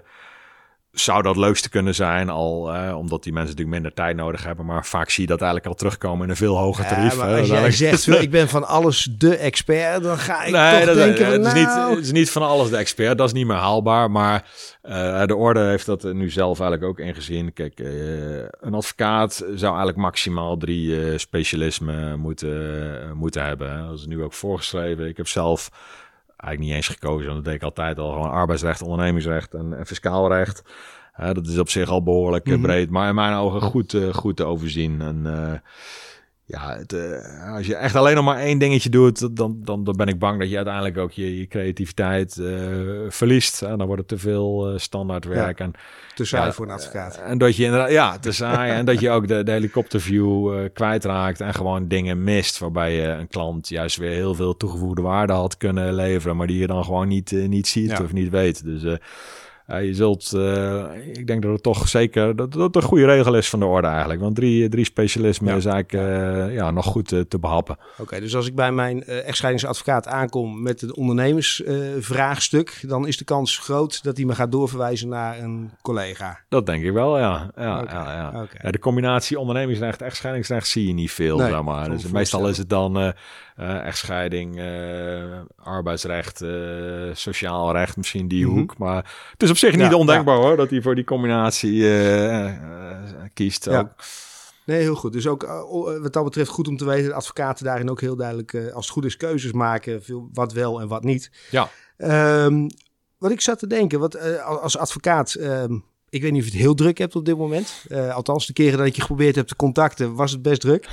zou dat leukste kunnen zijn, al uh, omdat die mensen natuurlijk minder tijd nodig hebben. Maar vaak zie je dat eigenlijk al terugkomen in een veel hoger tarief.
Ja, maar als jij zegt, ik ben van alles de expert, dan ga ik nee, toch
dat,
denken...
Het,
van,
is
nou...
niet, het is niet van alles de expert, dat is niet meer haalbaar. Maar uh, de orde heeft dat nu zelf eigenlijk ook ingezien. Kijk, uh, een advocaat zou eigenlijk maximaal drie uh, specialismen moeten, uh, moeten hebben. Hè. Dat is nu ook voorgeschreven. Ik heb zelf eigenlijk niet eens gekozen, want dat deed ik altijd al. Gewoon arbeidsrecht, ondernemingsrecht en, en fiscaal recht. Uh, dat is op zich al behoorlijk uh, breed, mm-hmm. maar in mijn ogen goed, uh, goed te overzien. En uh, ja, het, uh, als je echt alleen nog maar één dingetje doet, dan, dan, dan ben ik bang dat je uiteindelijk ook je, je creativiteit uh, verliest. En dan wordt het te veel uh, standaardwerk. Ja, en,
te saai
ja,
voor een advocaat.
En dat je inderdaad, ja, te saai. En dat je ook de, de helikopterview uh, kwijtraakt en gewoon dingen mist, waarbij je een klant juist weer heel veel toegevoegde waarde had kunnen leveren, maar die je dan gewoon niet, uh, niet ziet ja. of niet weet. Dus... Uh, Uh, je zult, uh, ik denk dat het toch zeker, dat dat een goede regel is van de orde eigenlijk. Want drie, drie specialismen ja. is eigenlijk uh, ja, nog goed uh, te behappen.
Oké, okay, dus als ik bij mijn uh, echtscheidingsadvocaat aankom met het ondernemersvraagstuk, uh, dan is de kans groot dat hij me gaat doorverwijzen naar een collega.
Dat denk ik wel, ja. ja,
okay.
ja, ja.
Okay.
ja de combinatie ondernemingsrecht, echtscheidingsrecht zie je niet veel, nee, zeg maar. Dus meestal is het dan uh, uh, echtscheiding, uh, arbeidsrecht, uh, sociaal recht, misschien die mm-hmm. hoek. Maar het is op zich niet ja, ondenkbaar ja. hoor, dat hij voor die combinatie uh, uh, kiest.
Ja.
Ook.
Nee, heel goed. Dus ook uh, wat dat betreft goed om te weten, dat advocaten daarin ook heel duidelijk, uh, als het goed is, keuzes maken. Veel, wat wel en wat niet.
Ja.
Um, wat ik zat te denken, wat, uh, als advocaat, um, ik weet niet of je het heel druk hebt op dit moment. Uh, althans, de keren dat ik je geprobeerd heb te contacten, was het best druk.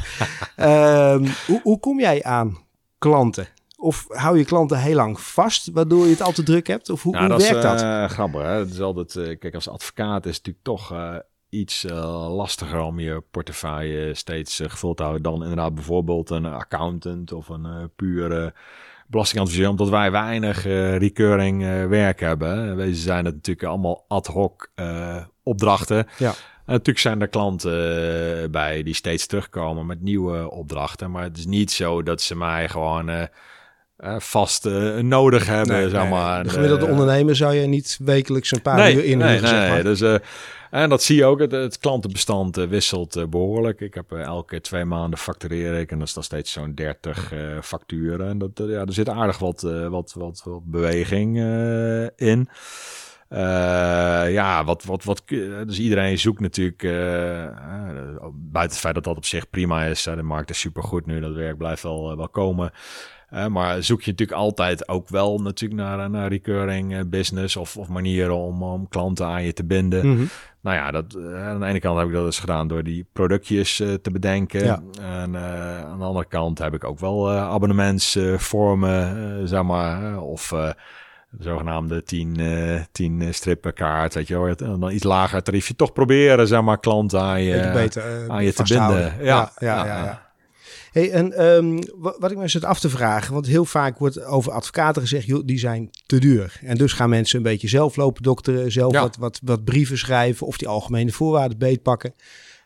um, hoe, hoe kom jij aan klanten? Of hou je klanten heel lang vast, waardoor je het al te druk hebt? Of hoe,
nou,
hoe
dat
werkt
is,
dat?
Uh, grappig, hè? Het is altijd, uh, kijk, als advocaat is het natuurlijk toch uh, iets uh, lastiger om je portefeuille steeds uh, gevuld te houden dan inderdaad bijvoorbeeld een accountant of een uh, pure belastingadviseur, omdat wij weinig uh, recurring uh, werk hebben. Wij zijn het natuurlijk allemaal ad hoc uh, opdrachten.
Ja.
En natuurlijk zijn er klanten uh, bij die steeds terugkomen met nieuwe opdrachten, maar het is niet zo dat ze mij gewoon uh, uh, vast uh, nodig hebben.
Nee,
zeg
nee.
maar.
De gemiddelde uh, ondernemer zou je niet wekelijks een paar
nee,
uur inhuren.
Nee, nee,
zeg maar.
dus, uh, en dat zie je ook. Het, het klantenbestand uh, wisselt uh, behoorlijk. Ik heb uh, elke twee maanden factureer ik en dat is dan steeds zo'n dertig uh, facturen. En dat, uh, ja, er zit aardig wat, uh, wat, wat, wat beweging uh, in. Uh, ja, wat, wat, wat, dus iedereen zoekt natuurlijk, uh, uh, buiten het feit dat dat op zich prima is, uh, de markt is supergoed nu, dat werk blijft wel, uh, wel komen. Uh, maar zoek je natuurlijk altijd ook wel natuurlijk naar een recurring uh, business of, of manieren om, om klanten aan je te binden.
Mm-hmm.
Nou ja, dat, uh, aan de ene kant heb ik dat dus gedaan door die productjes uh, te bedenken.
Ja.
En uh, aan de andere kant heb ik ook wel uh, abonnementsvormen, uh, zeg maar, uh, of... Uh, de zogenaamde tien, uh, tien strippenkaart, weet je wel, dan iets lager tariefje, toch proberen, zeg maar, klanten aan je,
beter, uh,
aan je te binden. Ja,
ja, ja, ja. ja, ja. Hey, en um, wat ik me zit af te vragen, want heel vaak wordt over advocaten gezegd, joh, die zijn te duur. En dus gaan mensen een beetje zelf lopen dokteren, zelf ja. wat, wat, wat brieven schrijven of die algemene voorwaarden beetpakken.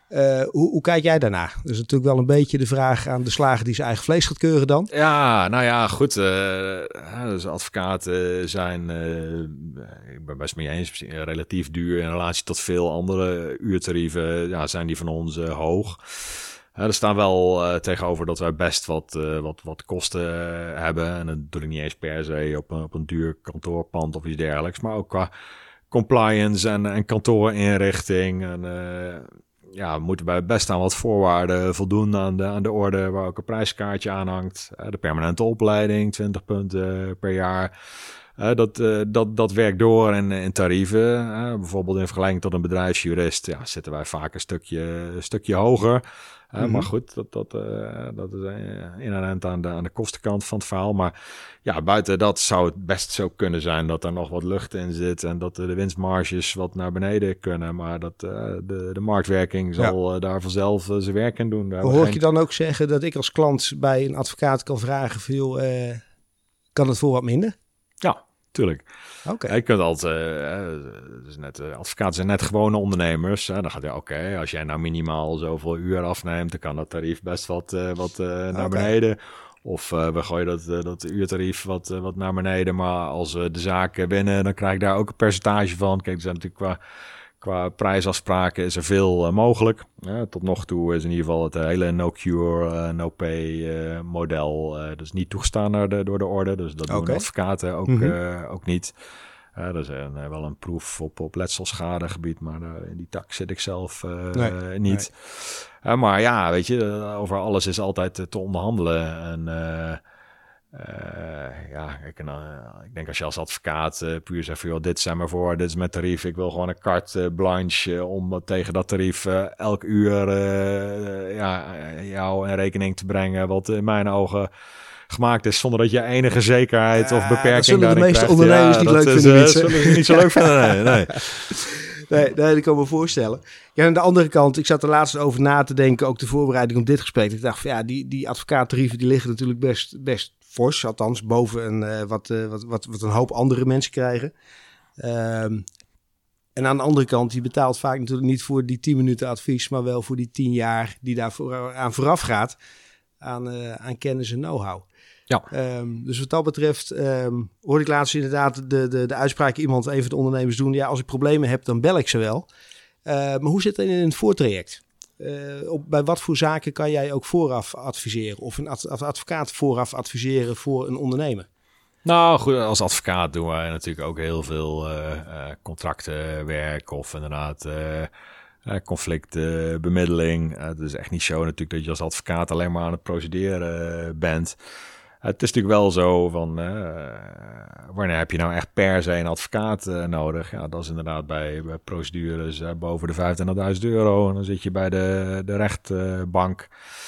Uh, hoe, hoe kijk jij daarna? Dat is natuurlijk wel een beetje de vraag aan de slager die zijn eigen vlees gaat keuren dan.
Ja, nou ja, goed. Uh, dus advocaten zijn, uh, ik ben best mee eens, relatief duur in relatie tot veel andere uurtarieven. Ja, zijn die van ons uh, hoog. Uh, er staan wel uh, tegenover dat wij best wat, uh, wat, wat kosten uh, hebben. En dat doe ik niet eens per se op een, op een duur kantoorpand of iets dergelijks. Maar ook qua compliance en, en kantoorinrichting en... Uh, Ja, we moeten bij best aan wat voorwaarden voldoen aan de, aan de orde waar ook een prijskaartje aan hangt. Uh, de permanente opleiding, twintig punten per jaar. Uh, dat, uh, dat, dat werkt door in, in tarieven. Uh, bijvoorbeeld in vergelijking tot een bedrijfsjurist ja, zitten wij vaak een stukje, een stukje hoger. Uh, mm-hmm. Maar goed, dat, dat, uh, dat is uh, inherent aan de, aan de kostenkant van het verhaal. Maar ja, buiten dat zou het best zo kunnen zijn dat er nog wat lucht in zit. En dat uh, de winstmarges wat naar beneden kunnen. Maar dat uh, de, de marktwerking zal ja. uh, daar vanzelf uh, zijn werk in doen. Daar
hoor ik
geen...
je dan ook zeggen dat ik als klant bij een advocaat kan vragen... Veel, uh, kan het voor wat minder?
Ja, tuurlijk.
Okay.
Je kunt altijd, uh, dus net, uh, advocaten zijn net gewone ondernemers. Hè? Dan gaat hij, oké, okay, als jij nou minimaal zoveel uur afneemt, dan kan dat tarief best wat, uh, wat uh, naar okay. beneden. Of uh, we gooien dat, uh, dat uurtarief wat, uh, wat naar beneden. Maar als we de zaak winnen, dan krijg ik daar ook een percentage van. Kijk, er zijn natuurlijk qua, qua prijsafspraken is er veel uh, mogelijk. Ja, tot nog toe is in ieder geval het hele no-cure, uh, no-pay uh, model. Uh, dat is niet toegestaan door de, door de orde. Dus dat okay. doen advocaten ook, mm-hmm. uh, ook niet. Uh, dat is een, uh, wel een proef op, op letselschadegebied, maar uh, in die tak zit ik zelf uh, nee, uh, niet. Nee. Uh, maar ja, weet je, over alles is altijd uh, te onderhandelen. En uh, uh, ja, ik, uh, ik denk als je als advocaat uh, puur zegt van, joh, dit zijn maar voor, dit is mijn tarief. Ik wil gewoon een carte uh, blanche uh, om uh, tegen dat tarief uh, elk uur uh, ja, jou in rekening te brengen, wat in mijn ogen gemaakt is zonder dat je enige zekerheid ja, of beperking daarin krijgt.
Dat zullen de meeste ondernemers
ja,
niet leuk
is,
vinden.
Uh, zullen ze niet zo leuk vinden, nee. nee.
Nee, nee, dat kan ik me voorstellen. Ja, aan de andere kant, ik zat er laatst over na te denken, ook de voorbereiding op dit gesprek. Ik dacht van ja, die, die advocaattarieven die liggen natuurlijk best, best fors, althans boven een, uh, wat, uh, wat, wat, wat een hoop andere mensen krijgen. Um, en aan de andere kant, die betaalt vaak natuurlijk niet voor die tien minuten advies, maar wel voor die tien jaar die daar voor, aan vooraf gaat aan, uh, aan kennis en know-how.
Ja.
Um, dus wat dat betreft um, hoorde ik laatst inderdaad de, de, de uitspraak iemand, een van de ondernemers doen. Ja, als ik problemen heb, dan bel ik ze wel. Uh, maar hoe zit het in het voortraject? Uh, op, bij wat voor zaken kan jij ook vooraf adviseren? Of een ad, advocaat vooraf adviseren voor een ondernemer?
Nou goed, als advocaat doen wij natuurlijk ook heel veel uh, uh, contractenwerk of inderdaad... Uh, Uh, conflictbemiddeling. Uh, het is echt niet zo natuurlijk dat je als advocaat alleen maar aan het procederen uh, bent. Uh, het is natuurlijk wel zo van... Uh, wanneer heb je nou echt per se een advocaat uh, nodig? Ja, dat is inderdaad bij, bij procedures uh, boven de vijfentwintigduizend euro. En dan zit je bij de, de rechtbank.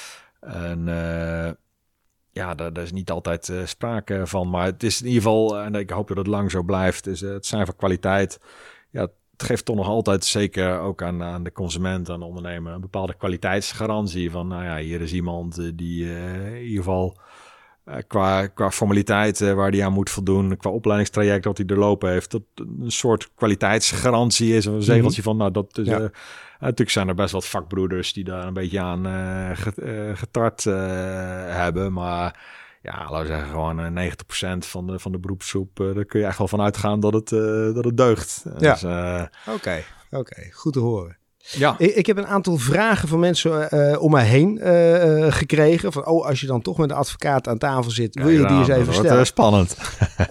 En uh, ja, daar, daar is niet altijd uh, sprake van. Maar het is in ieder geval... en ik hoop dat het lang zo blijft... is uh, het zijn van kwaliteit... Ja, het geeft toch nog altijd, zeker ook aan, aan de consument, aan de ondernemer, een bepaalde kwaliteitsgarantie van, nou ja, hier is iemand uh, die uh, in ieder geval uh, qua, qua formaliteiten waar die aan moet voldoen, qua opleidingstraject dat hij doorlopen heeft, dat een soort kwaliteitsgarantie is, een zegeltje mm-hmm. van, nou dat is... Ja. Uh, natuurlijk zijn er best wat vakbroeders die daar een beetje aan uh, getart uh, hebben, maar... Ja, laten we zeggen, gewoon negentig procent van de, van de beroepsgroep, uh, daar kun je echt wel van uitgaan dat het, uh, dat het deugt.
Ja, oké, dus, uh, okay, okay, goed te horen.
Ja.
Ik, ik heb een aantal vragen van mensen uh, om mij heen uh, gekregen. Van, oh, als je dan toch met de advocaat aan tafel zit, wil je ja, die eens even stellen?
Dat wordt spannend.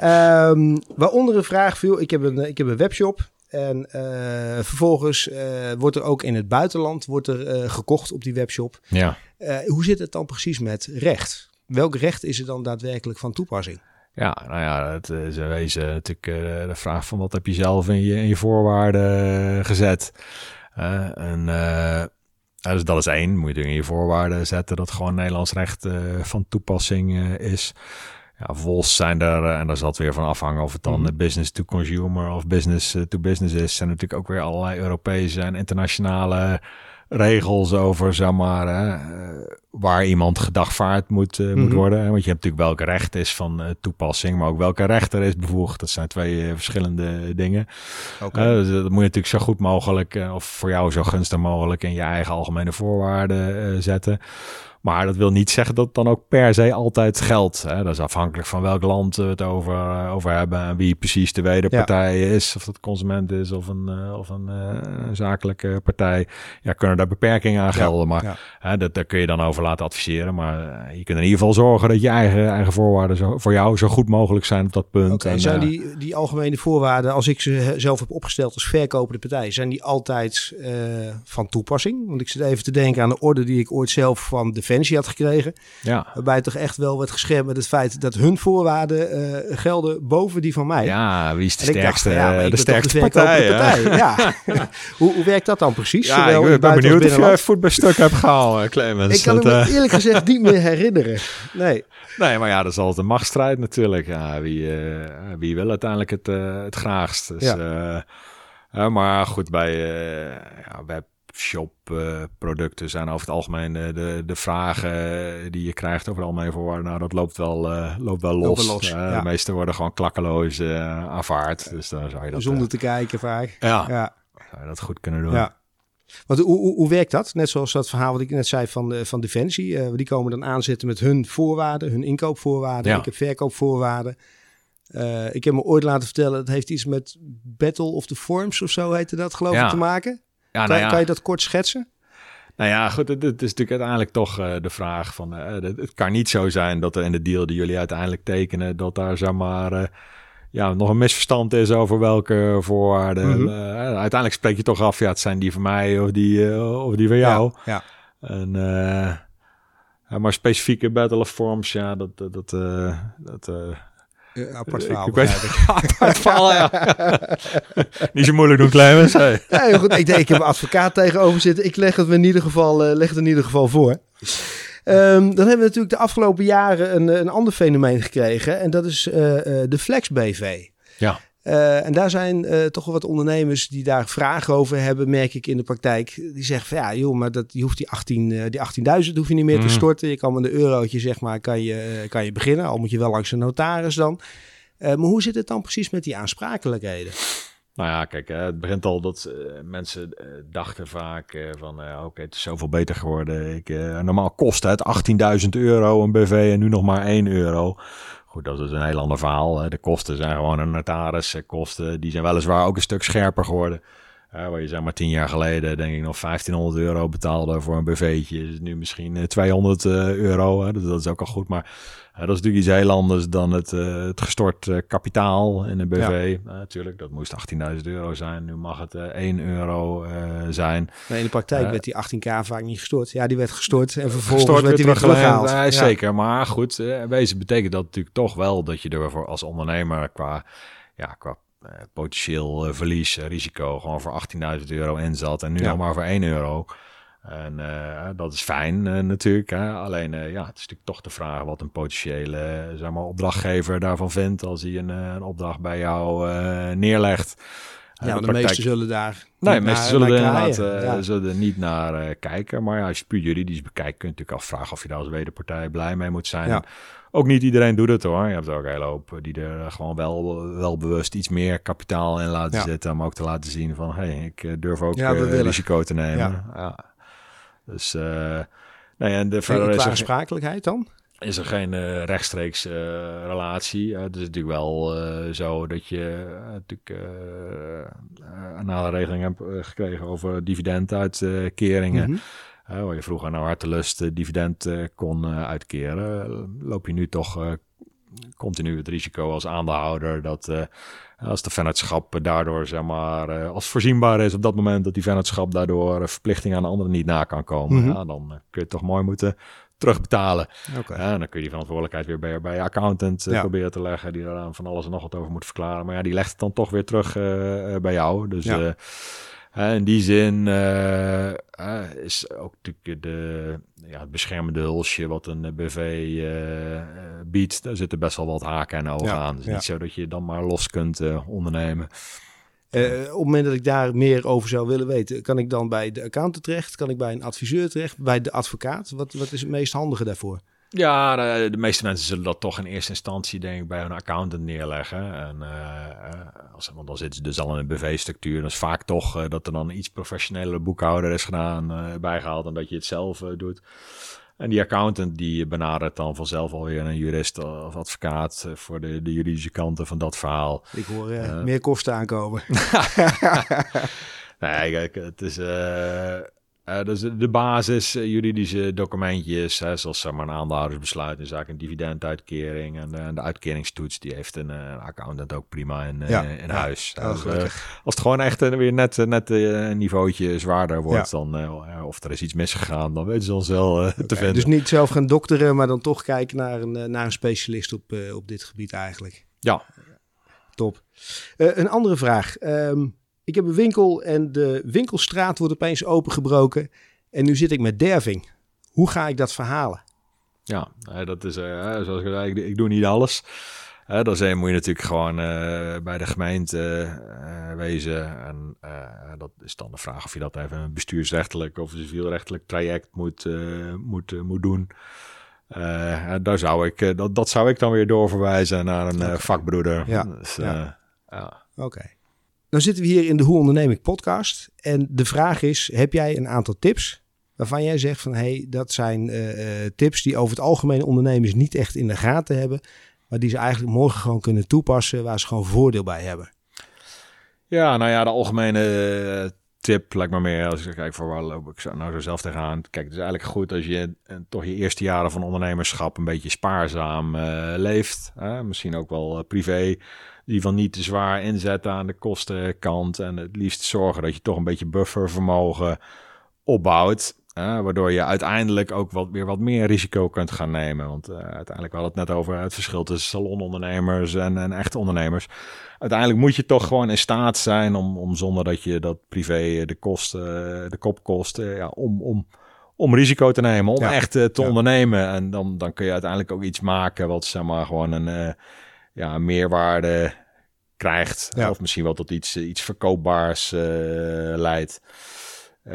um, waaronder een vraag viel, ik heb een, ik heb een webshop. En uh, vervolgens uh, wordt er ook in het buitenland wordt er, uh, gekocht op die webshop.
Ja.
Uh, hoe zit het dan precies met recht? Welk recht is er dan daadwerkelijk van toepassing?
Ja, nou ja, het is in wezen natuurlijk uh, de vraag van wat heb je zelf in je, in je voorwaarden gezet. Uh, en, uh, dus dat is één, moet je in je voorwaarden zetten dat gewoon Nederlands recht uh, van toepassing uh, is. Ja, vervolgens zijn er, uh, en daar zal het weer van afhangen of het dan mm. business to consumer of business to business is. Zijn natuurlijk ook weer allerlei Europese en internationale regels over, zeg maar, hè, uh, waar iemand gedagvaard moet, uh, mm-hmm. moet worden. Hè? Want je hebt natuurlijk welke recht is van uh, toepassing, maar ook welke rechter is bevoegd. Dat zijn twee uh, verschillende dingen. Okay. Uh, dus dat moet je natuurlijk zo goed mogelijk, uh, of voor jou zo gunstig mogelijk in je eigen algemene voorwaarden uh, zetten. Maar dat wil niet zeggen dat het dan ook per se altijd geldt. Hè? Dat is afhankelijk van welk land we het over, uh, over hebben en wie precies de wederpartij ja. is. Of dat consument is of een, uh, of een uh, zakelijke partij. Ja, kunnen daar beperkingen aan gelden. Ja. Maar ja. hè, dat, daar kun je dan over laten adviseren. Maar uh, je kunt in ieder geval zorgen dat je eigen, eigen voorwaarden zo, voor jou zo goed mogelijk zijn op dat punt.
Okay, en zijn uh, die, die algemene voorwaarden, als ik ze zelf heb opgesteld als verkopende partij, zijn die altijd uh, van toepassing? Want ik zit even te denken aan de orde die ik ooit zelf van de Defensie had gekregen. Ja. Waarbij toch echt wel werd geschermd met het feit dat hun voorwaarden uh, gelden boven die van mij.
Ja, wie is de sterkste, dacht, ja, de sterkste
de
partij?
partij. Ja. ja. hoe, hoe werkt dat dan precies?
Ja, ik ben, ben benieuwd of je voet bij stuk hebt gehaald, Clemens.
Ik kan dat, het me uh... eerlijk gezegd niet meer herinneren. Nee.
Nee, maar ja, dat is altijd een machtsstrijd natuurlijk. Ja, wie, uh, wie wil uiteindelijk het, uh, het graagst? Dus, ja. uh, uh, maar goed, bij, uh, ja, bij shop uh, producten zijn over het algemeen uh, de, de vragen die je krijgt over de algemene voorwaarden. Nou, dat loopt wel, uh, loopt wel los. los uh, ja. De meeste worden gewoon klakkeloos uh, aanvaard. Dus dan zou je dat...
Zonder
uh,
te kijken vaak.
Ja, ja, zou je dat goed kunnen doen.
Ja. Want hoe, hoe, hoe werkt dat? Net zoals dat verhaal wat ik net zei van, de, van Defensie. Uh, die komen dan aanzetten met hun voorwaarden, hun inkoopvoorwaarden. Ja. Ik heb verkoopvoorwaarden. Uh, ik heb me ooit laten vertellen, het heeft iets met Battle of the Forms of zo heette dat, geloof
ja.
ik, te maken. Ja, nou kan, ja. kan je dat kort schetsen?
Nou ja, goed, het, het is natuurlijk uiteindelijk toch uh, de vraag van... Uh, het, het kan niet zo zijn dat er in de deal die jullie uiteindelijk tekenen... dat daar, zeg maar, uh, ja, nog een misverstand is over welke voorwaarden. Mm-hmm. Uh, uiteindelijk spreek je toch af, ja, het zijn die van mij of die, uh, of die van jou. Ja, ja. En, uh, ja, maar specifieke Battle of Forms, ja, dat... dat, dat, uh, dat uh,
Uh, apart verhaal.
Ik weet, apart verhaal, ja. Niet zo moeilijk doen, Clemens. Hey.
Nee, goed, ik denk, ik heb een advocaat tegenover zitten. Ik leg het in ieder geval, uh, leg het in ieder geval voor. Um, dan hebben we natuurlijk de afgelopen jaren een, een ander fenomeen gekregen. En dat is uh, uh, de Flex B V.
Ja.
Uh, en daar zijn uh, toch wel wat ondernemers die daar vragen over hebben, merk ik in de praktijk. Die zeggen van ja, joh, maar dat, je hoeft die, achttien, uh, die achttienduizend hoef je niet meer mm. te storten. Je kan met een eurotje, zeg maar, kan je, uh, kan je beginnen. Al moet je wel langs een notaris dan. Uh, maar hoe zit het dan precies met die aansprakelijkheden?
Nou ja, kijk, uh, het begint al dat uh, mensen uh, dachten vaak uh, van, uh, oké, okay, het is zoveel beter geworden. Ik, uh, normaal kost het achttienduizend euro een B V en nu nog maar één euro. Goed, dat is een heel ander verhaal. De kosten zijn gewoon een notariskosten. Die zijn weliswaar ook een stuk scherper geworden. Uh, waar je zeg maar tien jaar geleden denk ik nog vijftienhonderd euro betaalde voor een B V'tje. Is nu misschien tweehonderd euro. Hè? Dus dat is ook al goed. Maar uh, dat is natuurlijk iets heel anders dan het, uh, het gestort uh, kapitaal in een B V. Ja. Natuurlijk, uh, dat moest achttienduizend euro zijn. Nu mag het uh, één euro uh, zijn.
Maar in de praktijk uh, werd die achttien k vaak niet gestort. Ja, die werd gestort en vervolgens gestort werd die weer teruggehaald.
Uh, ja. Zeker, maar goed, uh, wezen betekent dat natuurlijk toch wel dat je er als ondernemer qua... Ja, qua Uh, potentieel uh, verlies, uh, risico, gewoon voor achttienduizend euro in zat en nu ja. nog maar voor één euro. En uh, dat is fijn uh, natuurlijk. Hè? Alleen, uh, ja, het is natuurlijk toch de vraag wat een potentiële uh, zeg maar, opdrachtgever daarvan vindt als hij een, uh, een opdracht bij jou uh, neerlegt.
Ja, uh, de, de meesten zullen daar
Nee, de meesten zullen er inderdaad uh, ja. zullen er niet naar uh, kijken. Maar ja, als je puur juridisch bekijkt, kun je natuurlijk afvragen of je daar als wederpartij blij mee moet zijn. Ja. Ook niet iedereen doet het hoor. Je hebt ook een hele hoop die er gewoon wel, wel bewust iets meer kapitaal in laten ja. zitten. Om ook te laten zien van, hé, hey, ik durf ook ja, uh, risico te nemen. Ja. Ja. Dus, uh, nee, en de
verder is aansprakelijkheid dan?
Is er geen uh, rechtstreeks uh, relatie. Uh, het is natuurlijk wel uh, zo dat je uh, natuurlijk uh, een aantal regeling hebt uh, gekregen over dividenduitkeringen. Mm-hmm. Uh, waar je vroeger naar hartelust uh, dividend uh, kon uh, uitkeren. Uh, loop je nu toch uh, continu het risico als aandeelhouder dat uh, als de vennootschap daardoor, zeg maar, uh, als voorzienbaar is op dat moment dat die vennootschap daardoor uh, verplichtingen aan de anderen niet na kan komen. Mm-hmm. Ja, dan uh, kun je het toch mooi moeten terugbetalen. Okay. Ja, dan kun je die verantwoordelijkheid weer bij, bij je accountant uh, ja. proberen te leggen, die er van alles en nog wat over moet verklaren. Maar ja, die legt het dan toch weer terug uh, bij jou. Dus ja. uh, Uh, in die zin uh, uh, is ook natuurlijk de, ja, het beschermende hulsje wat een B V uh, biedt. Daar zitten best wel wat haken en ogen ja, aan. Het is ja. niet zo dat je dan maar los kunt uh, ondernemen.
Uh, op het moment dat ik daar meer over zou willen weten, kan ik dan bij de accountant terecht? Kan ik bij een adviseur terecht? Bij de advocaat? Wat, wat is het meest handige daarvoor?
Ja, de, de meeste mensen zullen dat toch in eerste instantie denk ik bij hun accountant neerleggen. En, uh, als, want dan zitten ze dus al in een B V-structuur. Dat is vaak toch uh, dat er dan een iets professionelere boekhouder is gedaan, uh, bijgehaald dan dat je het zelf uh, doet. En die accountant die benadert dan vanzelf alweer een jurist of advocaat uh, voor de, de juridische kanten van dat verhaal.
Ik hoor uh,
uh,
meer kosten aankomen.
Nee, kijk, het is... Uh, Uh, dus de, de basis, uh, juridische documentjes, hè, zoals zeg maar, een aandeelhoudersbesluit in zaken een dividenduitkering en uh, de uitkeringstoets, die heeft een uh, accountant ook prima in, uh, ja, in ja, huis. Ja, dus, uh, als het gewoon echt uh, weer net, uh, net uh, een niveautje zwaarder wordt, ja. dan, uh, of er is iets misgegaan, dan weten ze ons wel uh, okay, te vinden.
Dus niet zelf gaan dokteren, maar dan toch kijken naar een, uh, naar een specialist op, uh, op dit gebied eigenlijk.
Ja.
Top. Uh, een andere vraag. Um, Ik heb een winkel en de winkelstraat wordt opeens opengebroken. En nu zit ik met derving. Hoe ga ik dat verhalen?
Ja, dat is, uh, zoals ik zei, ik, ik doe niet alles. Uh, dan moet je natuurlijk gewoon uh, bij de gemeente uh, wezen. En uh, dat is dan de vraag of je dat even een bestuursrechtelijk of een civielrechtelijk traject moet, uh, moet, uh, moet doen. Uh, daar zou ik, uh, dat, dat zou ik dan weer doorverwijzen naar een okay. uh, vakbroeder.
Ja.
Dus, uh,
ja.
ja.
Oké. Okay. Dan zitten we hier in de Hoe Onderneem ik podcast. En de vraag is, heb jij een aantal tips waarvan jij zegt van... hey, dat zijn uh, tips die over het algemeen ondernemers niet echt in de gaten hebben... maar die ze eigenlijk morgen gewoon kunnen toepassen, waar ze gewoon voordeel bij hebben?
Ja, nou ja, de algemene uh, tip lijkt me meer... als ik kijk voor waar loop ik nou zo zelf tegenaan. Kijk, het is eigenlijk goed als je uh, toch je eerste jaren van ondernemerschap... een beetje spaarzaam uh, leeft. Uh, misschien ook wel uh, privé... die van niet te zwaar inzetten aan de kostenkant. En het liefst zorgen dat je toch een beetje buffervermogen opbouwt. Uh, waardoor je uiteindelijk ook wat, weer wat meer risico kunt gaan nemen. Want uh, uiteindelijk, we hadden het net over het verschil tussen salonondernemers en, en echte ondernemers. Uiteindelijk moet je toch gewoon in staat zijn om, om zonder dat je dat privé de kosten, de kop kost, uh, ja, om, om, om risico te nemen. Om ja. echt uh, te ja. ondernemen. En dan, dan kun je uiteindelijk ook iets maken wat zeg maar gewoon een... Uh, ja, meerwaarde krijgt. Ja. Of misschien wel tot iets, iets verkoopbaars uh, leidt. Uh,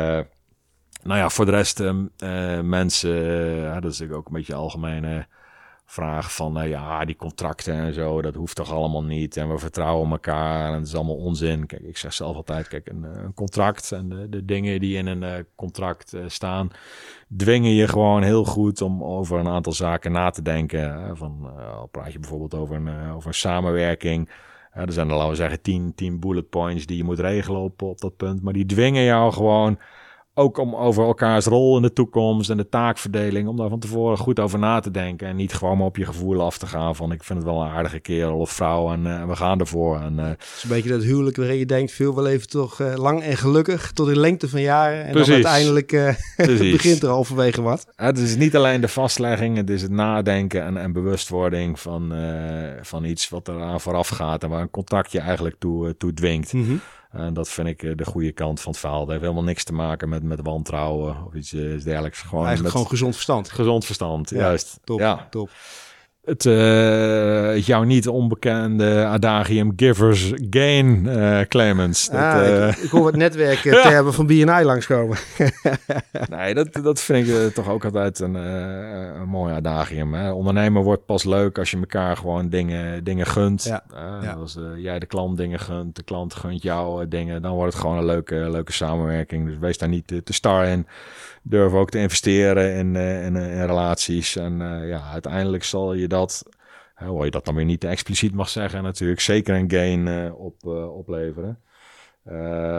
nou ja, voor de rest uh, uh, mensen... Uh, dat is natuurlijk ook een beetje een algemene vraag van... Uh, ja, die contracten en zo, dat hoeft toch allemaal niet. En we vertrouwen elkaar en het is allemaal onzin. Kijk, ik zeg zelf altijd, kijk, een, een contract en de, de dingen die in een uh, contract uh, staan... dwingen je gewoon heel goed om over een aantal zaken na te denken. Hè? Van, uh, al praat je bijvoorbeeld over een, uh, over een samenwerking. Uh, er zijn er, laten we zeggen, tien, tien bullet points die je moet regelen op, op dat punt. Maar die dwingen jou gewoon ook om over elkaars rol in de toekomst en de taakverdeling, om daar van tevoren goed over na te denken. En niet gewoon maar op je gevoel af te gaan van ik vind het wel een aardige kerel of vrouw en uh, we gaan ervoor. En, uh,
het is een beetje dat huwelijk waarin je denkt, veel wel even toch uh, lang en gelukkig tot in lengte van jaren. En precies. Dan uiteindelijk uh, begint er halverwege wat.
Het is niet alleen de vastlegging, het is het nadenken en, en bewustwording van, uh, van iets wat eraan vooraf gaat en waar een contact je eigenlijk toe, uh, toe dwingt. Mm-hmm. En dat vind ik de goede kant van het verhaal. Dat heeft helemaal niks te maken met, met wantrouwen of iets uh, dergelijks. Gewoon
Eigenlijk
met
gewoon gezond verstand.
Gezond verstand, ja, juist.
Top,
ja.
top.
Het, uh, het jou niet onbekende adagium givers gain, uh, Clemens. Dat,
ah,
uh...
ik, ik hoor het netwerk uh, termen van B en I langskomen.
Nee, dat, dat vind ik uh, toch ook altijd een, uh, een mooi adagium. Hè? Ondernemen wordt pas leuk als je elkaar gewoon dingen, dingen gunt.
Ja.
Uh,
ja.
Als uh, jij de klant dingen gunt, de klant gunt jou uh, dingen, dan wordt het gewoon een leuke, leuke samenwerking. Dus wees daar niet uh, te star in. Durf ook te investeren in, uh, in, uh, in relaties. En uh, ja, uiteindelijk zal je dat, uh, hoewel je dat dan weer niet te expliciet mag zeggen, natuurlijk zeker een gain uh, op, uh, opleveren. Uh,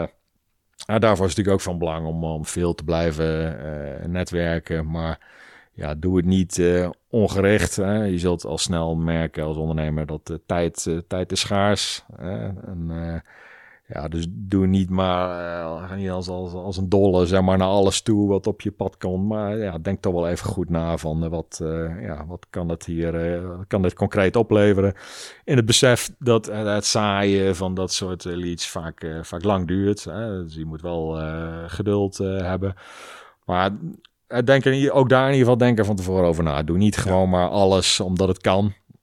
nou, daarvoor is het natuurlijk ook van belang om, om veel te blijven uh, netwerken. Maar ja, doe het niet uh, ongericht. Hè. Je zult al snel merken als ondernemer dat de tijd, uh, tijd is schaars. Hè. En, uh, Ja, dus doe niet maar uh, niet als, als, als een dolle, zeg maar, naar alles toe wat op je pad komt. Maar ja, denk toch wel even goed na van uh, wat, uh, ja, wat kan het hier, uh, kan dit concreet opleveren. In het besef dat uh, het zaaien van dat soort uh, leads vaak, uh, vaak lang duurt. Hè? Dus je moet wel uh, geduld uh, hebben. Maar uh, denk er, ook daar in ieder geval denken van tevoren over na. Doe niet gewoon ja. maar alles omdat het kan.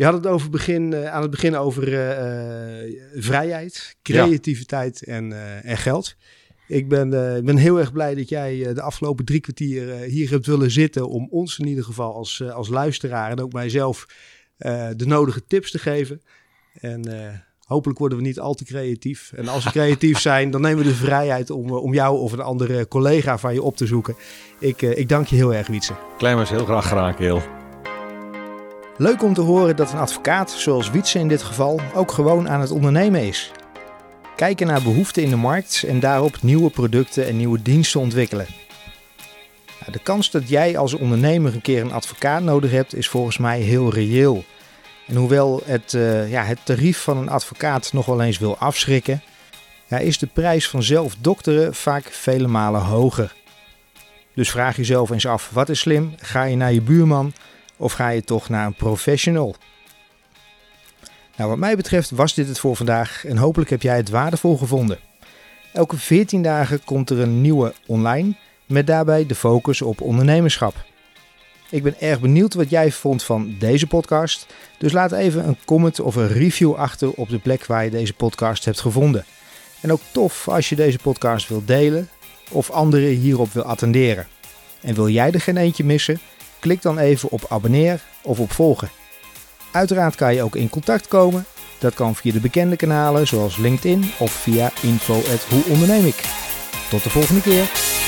Je had het over begin, uh, aan het begin over uh, uh, vrijheid, creativiteit ja. en, uh, en geld. Ik ben, uh, ik ben heel erg blij dat jij uh, de afgelopen drie kwartier uh, hier hebt willen zitten om ons in ieder geval als, uh, als luisteraar en ook mijzelf uh, de nodige tips te geven. En uh, hopelijk worden we niet al te creatief. En als we creatief zijn, dan nemen we de vrijheid om, uh, om jou of een andere collega van je op te zoeken. Ik, uh, ik dank je heel erg, Wietse.
Clemens, heel graag gedaan, Keel.
Leuk om te horen dat een advocaat, zoals Wietse in dit geval, ook gewoon aan het ondernemen is. Kijken naar behoeften in de markt en daarop nieuwe producten en nieuwe diensten ontwikkelen. De kans dat jij als ondernemer een keer een advocaat nodig hebt is volgens mij heel reëel. En hoewel het, uh, ja, het tarief van een advocaat nog wel eens wil afschrikken, ja, is de prijs van zelf dokteren vaak vele malen hoger. Dus vraag jezelf eens af, wat is slim? Ga je naar je buurman of ga je toch naar een professional? Nou, wat mij betreft was dit het voor vandaag en hopelijk heb jij het waardevol gevonden. Elke veertien dagen komt er een nieuwe online met daarbij de focus op ondernemerschap. Ik ben erg benieuwd wat jij vond van deze podcast, dus laat even een comment of een review achter op de plek waar je deze podcast hebt gevonden. En ook tof als je deze podcast wilt delen of anderen hierop wil attenderen. En wil jij er geen eentje missen? Klik dan even op abonneer of op volgen. Uiteraard kan je ook in contact komen. Dat kan via de bekende kanalen zoals LinkedIn of via info at hoe onderneem ik. Tot de volgende keer.